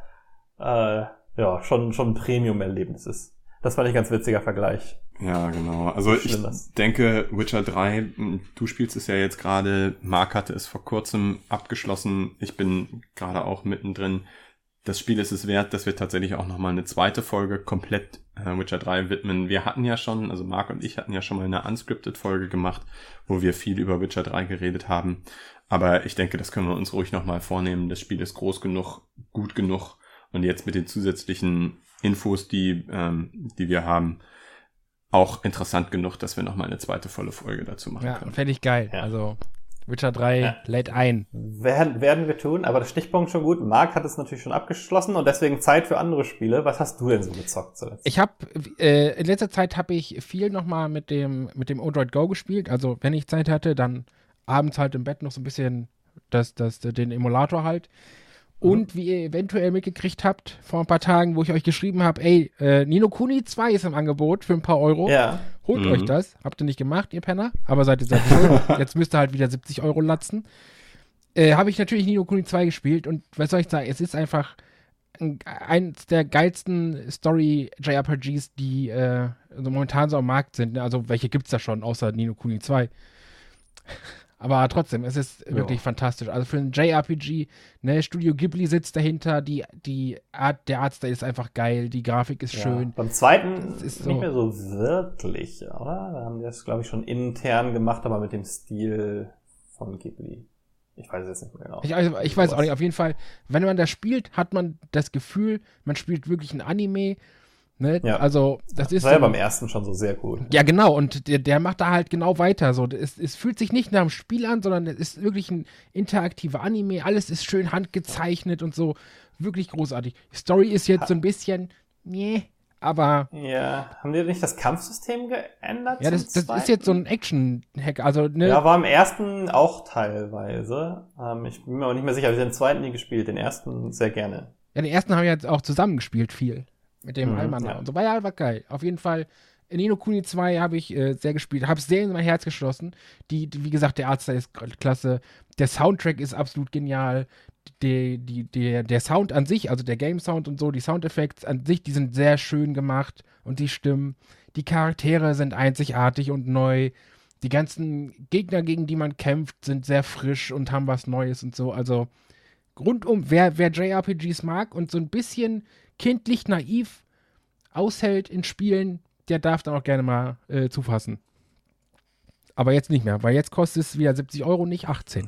schon ein Premium-Erlebnis ist. Das fand ich ein ganz witziger Vergleich. Ja, genau. Also ich denke, Witcher 3, du spielst es ja jetzt gerade, Marc hatte es vor kurzem abgeschlossen, ich bin gerade auch mittendrin. Das Spiel ist es wert, dass wir tatsächlich auch nochmal eine zweite Folge komplett Witcher 3 widmen. Wir hatten ja schon, also Marc und ich hatten ja schon mal eine Unscripted-Folge gemacht, wo wir viel über Witcher 3 geredet haben. Aber ich denke, das können wir uns ruhig nochmal vornehmen. Das Spiel ist groß genug, gut genug. Und jetzt mit den zusätzlichen Infos, die wir haben, auch interessant genug, dass wir nochmal eine zweite volle Folge dazu machen können. Ja, fände ich geil. Ja. Also Witcher 3 lädt ein. Werden wir tun, aber der Stichpunkt schon gut. Marc hat es natürlich schon abgeschlossen und deswegen Zeit für andere Spiele. Was hast du denn so gezockt zuletzt? Ich habe in letzter Zeit habe ich viel nochmal mit dem Odroid Go gespielt. Also wenn ich Zeit hatte, dann abends halt im Bett noch so ein bisschen den Emulator halt. Und wie ihr eventuell mitgekriegt habt, vor ein paar Tagen, wo ich euch geschrieben habe, Ni no Kuni 2 ist im Angebot für ein paar Euro. Ja. Holt euch das. Habt ihr nicht gemacht, ihr Penner. Aber seid ihr schuld. Jetzt müsst ihr halt wieder 70 Euro latzen. Habe ich natürlich Ni no Kuni 2 gespielt. Und was soll ich sagen, es ist einfach eins der geilsten Story-JRPGs, die also momentan so am Markt sind. Also welche gibt's da schon, außer Ni no Kuni 2? Aber trotzdem, es ist wirklich fantastisch. Also für ein JRPG, ne, Studio Ghibli sitzt dahinter, der Artstyle ist einfach geil, die Grafik ist schön. Beim zweiten ist nicht mehr so wirklich, oder? Da haben die das, glaube ich, schon intern gemacht, aber mit dem Stil von Ghibli. Ich weiß es jetzt nicht mehr genau. Ich weiß auch nicht. Auf jeden Fall, wenn man das spielt, hat man das Gefühl, man spielt wirklich ein Anime. Ne? Ja. Also, das ist war ja beim ersten schon so sehr cool. Ja, genau. Und der macht da halt genau weiter. So, es fühlt sich nicht nach einem Spiel an, sondern es ist wirklich ein interaktiver Anime. Alles ist schön handgezeichnet und so. Wirklich großartig. Die Story ist jetzt so ein bisschen, aber. Ja, haben die nicht das Kampfsystem geändert? Ja, das ist jetzt so ein Action-Hack. Also, ne? Ja, war im ersten auch teilweise. Ich bin mir aber nicht mehr sicher. Ich habe den zweiten nie gespielt. Den ersten sehr gerne. Ja, den ersten haben wir jetzt auch zusammen gespielt, viel. Mit dem Almanach und so. War geil. Auf jeden Fall, Ni no Kuni 2 habe ich sehr gespielt. Habe es sehr in mein Herz geschlossen. Wie gesagt, der Artstyle ist klasse. Der Soundtrack ist absolut genial. Der Sound an sich, also der Game-Sound und so, die Soundeffekte an sich, die sind sehr schön gemacht. Und die Stimmen. Die Charaktere sind einzigartig und neu. Die ganzen Gegner, gegen die man kämpft, sind sehr frisch und haben was Neues und so. Also rundum, wer JRPGs mag und so ein bisschen kindlich naiv aushält in Spielen, der darf dann auch gerne mal zufassen. Aber jetzt nicht mehr, weil jetzt kostet es wieder 70 Euro, nicht 18.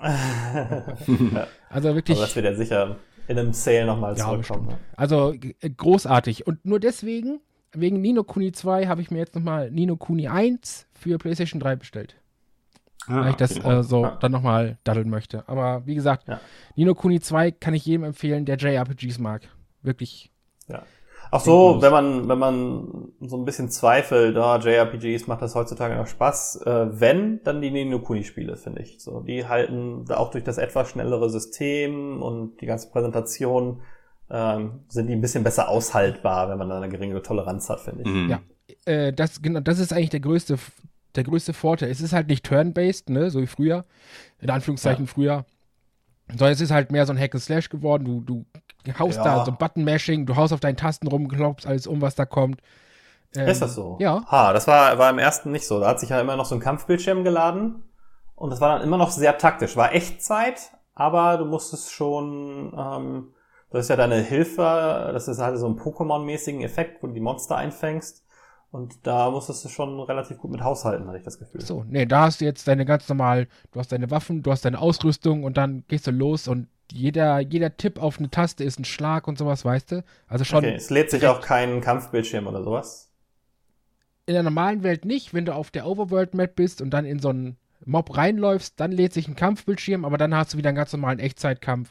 Also wirklich. Aber das wird ja sicher in einem Sale nochmal zurückkommen. Ja, also großartig. Und nur deswegen, wegen Ni no Kuni 2, habe ich mir jetzt nochmal Ni no Kuni 1 für PlayStation 3 bestellt. Weil ich das dann nochmal daddeln möchte. Aber wie gesagt, Ni no Kuni 2 kann ich jedem empfehlen, der JRPGs mag. Wirklich. Ja. Ach so, wenn man so ein bisschen zweifelt, JRPGs macht das heutzutage noch Spaß, dann die Ni no Kuni Spiele, finde ich. So, die halten auch durch das etwas schnellere System und die ganze Präsentation sind die ein bisschen besser aushaltbar, wenn man da eine geringere Toleranz hat, finde ich. Ja, das ist eigentlich der größte Vorteil. Es ist halt nicht turn-based, ne, so wie früher, in Anführungszeichen früher, sondern es ist halt mehr so ein Hack-and-Slash geworden. Du haust da so ein Button-Mashing, du haust auf deinen Tasten rum, klopfst alles was da kommt. Ist das so? Ja. Das war im ersten nicht so. Da hat sich ja immer noch so ein Kampfbildschirm geladen und das war dann immer noch sehr taktisch. War Echtzeit, aber du musstest schon, das ist ja deine Hilfe, das ist halt so ein Pokémon-mäßigen Effekt, wo du die Monster einfängst. Und da musstest du schon relativ gut mit haushalten, hatte ich das Gefühl. So, da hast du jetzt du hast deine Waffen, du hast deine Ausrüstung und dann gehst du los und jeder Tipp auf eine Taste ist ein Schlag und sowas, weißt du? Also schon. Okay, es lädt sich auch kein Kampfbildschirm oder sowas? In der normalen Welt nicht, wenn du auf der Overworld-Map bist und dann in so einen Mob reinläufst, dann lädt sich ein Kampfbildschirm, aber dann hast du wieder einen ganz normalen Echtzeitkampf.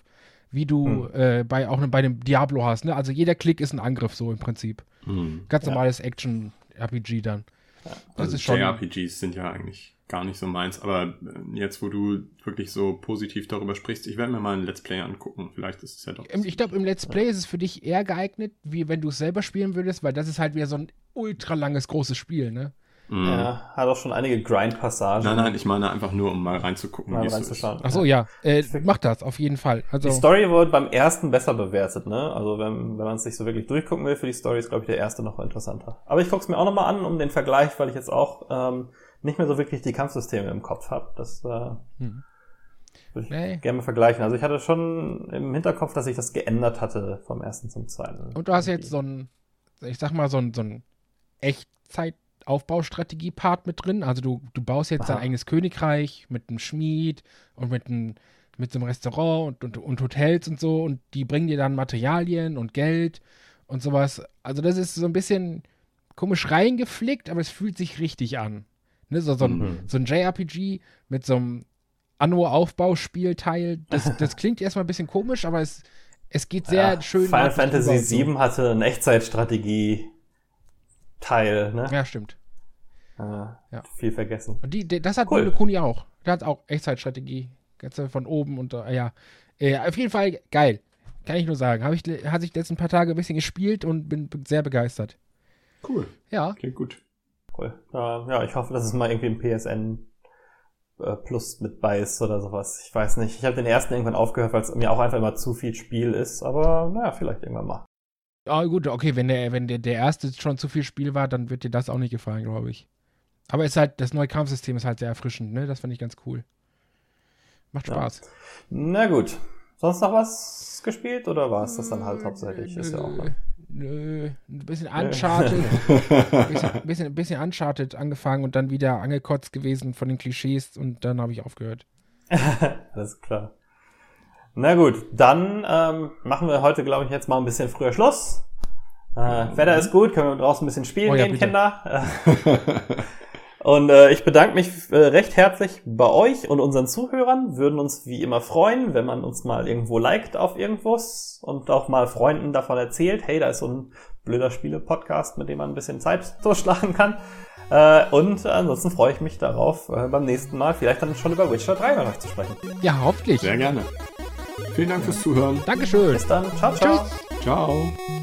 wie du bei dem Diablo hast. Ne? Also jeder Klick ist ein Angriff, so im Prinzip. Ganz normales Action-RPG dann. Ja. Das ist schon. JRPGs sind ja eigentlich gar nicht so meins, aber jetzt, wo du wirklich so positiv darüber sprichst, ich werde mir mal ein Let's Play angucken. Vielleicht ist es ja doch. Ich glaube, im Let's Play ist es für dich eher geeignet, wie wenn du es selber spielen würdest, weil das ist halt wieder so ein ultra langes, großes Spiel, ne? Ja, hat auch schon einige Grind-Passagen. Nein, ich meine einfach nur, um mal reinzugucken, wie es ist. Achso, ja. Mach das, auf jeden Fall. Also, die Story wurde beim ersten besser bewertet, ne? Also wenn man es sich so wirklich durchgucken will für die Story, ist, glaube ich, der erste noch interessanter. Aber ich gucke es mir auch nochmal an, um den Vergleich, weil ich jetzt auch nicht mehr so wirklich die Kampfsysteme im Kopf habe. Das würde ich gerne mal vergleichen. Also ich hatte schon im Hinterkopf, dass ich das geändert hatte vom ersten zum zweiten. Und du hast jetzt so ein Echtzeit-Aufbaustrategie-Part mit drin. Also du baust jetzt dein eigenes Königreich mit einem Schmied und mit so einem Restaurant und Hotels und so. Und die bringen dir dann Materialien und Geld und sowas. Also das ist so ein bisschen komisch reingeflickt, aber es fühlt sich richtig an. Ne, so ein JRPG mit so einem Anno-Aufbauspielteil, das klingt erstmal ein bisschen komisch, aber es geht sehr schön. Final Fantasy VII hatte eine Echtzeitstrategie-Teil, ne? Ja, stimmt. Viel vergessen. Und das hat Ni no Kuni auch. Der hat auch Echtzeitstrategie. Ganz von oben und auf jeden Fall geil. Kann ich nur sagen. Hatte ich die letzten paar Tage ein bisschen gespielt und bin sehr begeistert. Cool. Ja. Klingt gut. Cool. Ich hoffe, dass es mal irgendwie im PSN Plus mit bei ist oder sowas. Ich weiß nicht. Ich habe den ersten irgendwann aufgehört, weil es mir auch einfach immer zu viel Spiel ist. Aber vielleicht irgendwann mal. Ah, gut, okay, wenn der erste schon zu viel Spiel war, dann wird dir das auch nicht gefallen, glaube ich. Aber es ist halt, das neue Kampfsystem ist halt sehr erfrischend, ne? Das fand ich ganz cool. Macht Spaß. Ja. Na gut. Sonst noch was gespielt oder war es das dann halt hauptsächlich? Ist ja auch mal. Nö, ein bisschen Uncharted. Ein bisschen Uncharted angefangen und dann wieder angekotzt gewesen von den Klischees und dann habe ich aufgehört. Alles klar. Na gut, dann machen wir heute, glaube ich, jetzt mal ein bisschen früher Schluss. Wetter ist gut, können wir draußen ein bisschen spielen gehen, bitte. Kinder. Und ich bedanke mich recht herzlich bei euch und unseren Zuhörern. Würden uns wie immer freuen, wenn man uns mal irgendwo liked auf irgendwas und auch mal Freunden davon erzählt, hey, da ist so ein blöder Spiele-Podcast, mit dem man ein bisschen Zeit durchschlagen kann. Und ansonsten freue ich mich darauf, beim nächsten Mal vielleicht dann schon über Witcher 3 mit euch zu sprechen. Ja, hoffentlich. Sehr gerne. Vielen Dank fürs Zuhören. Dankeschön. Bis dann. Ciao, ciao. Tschüss. Ciao.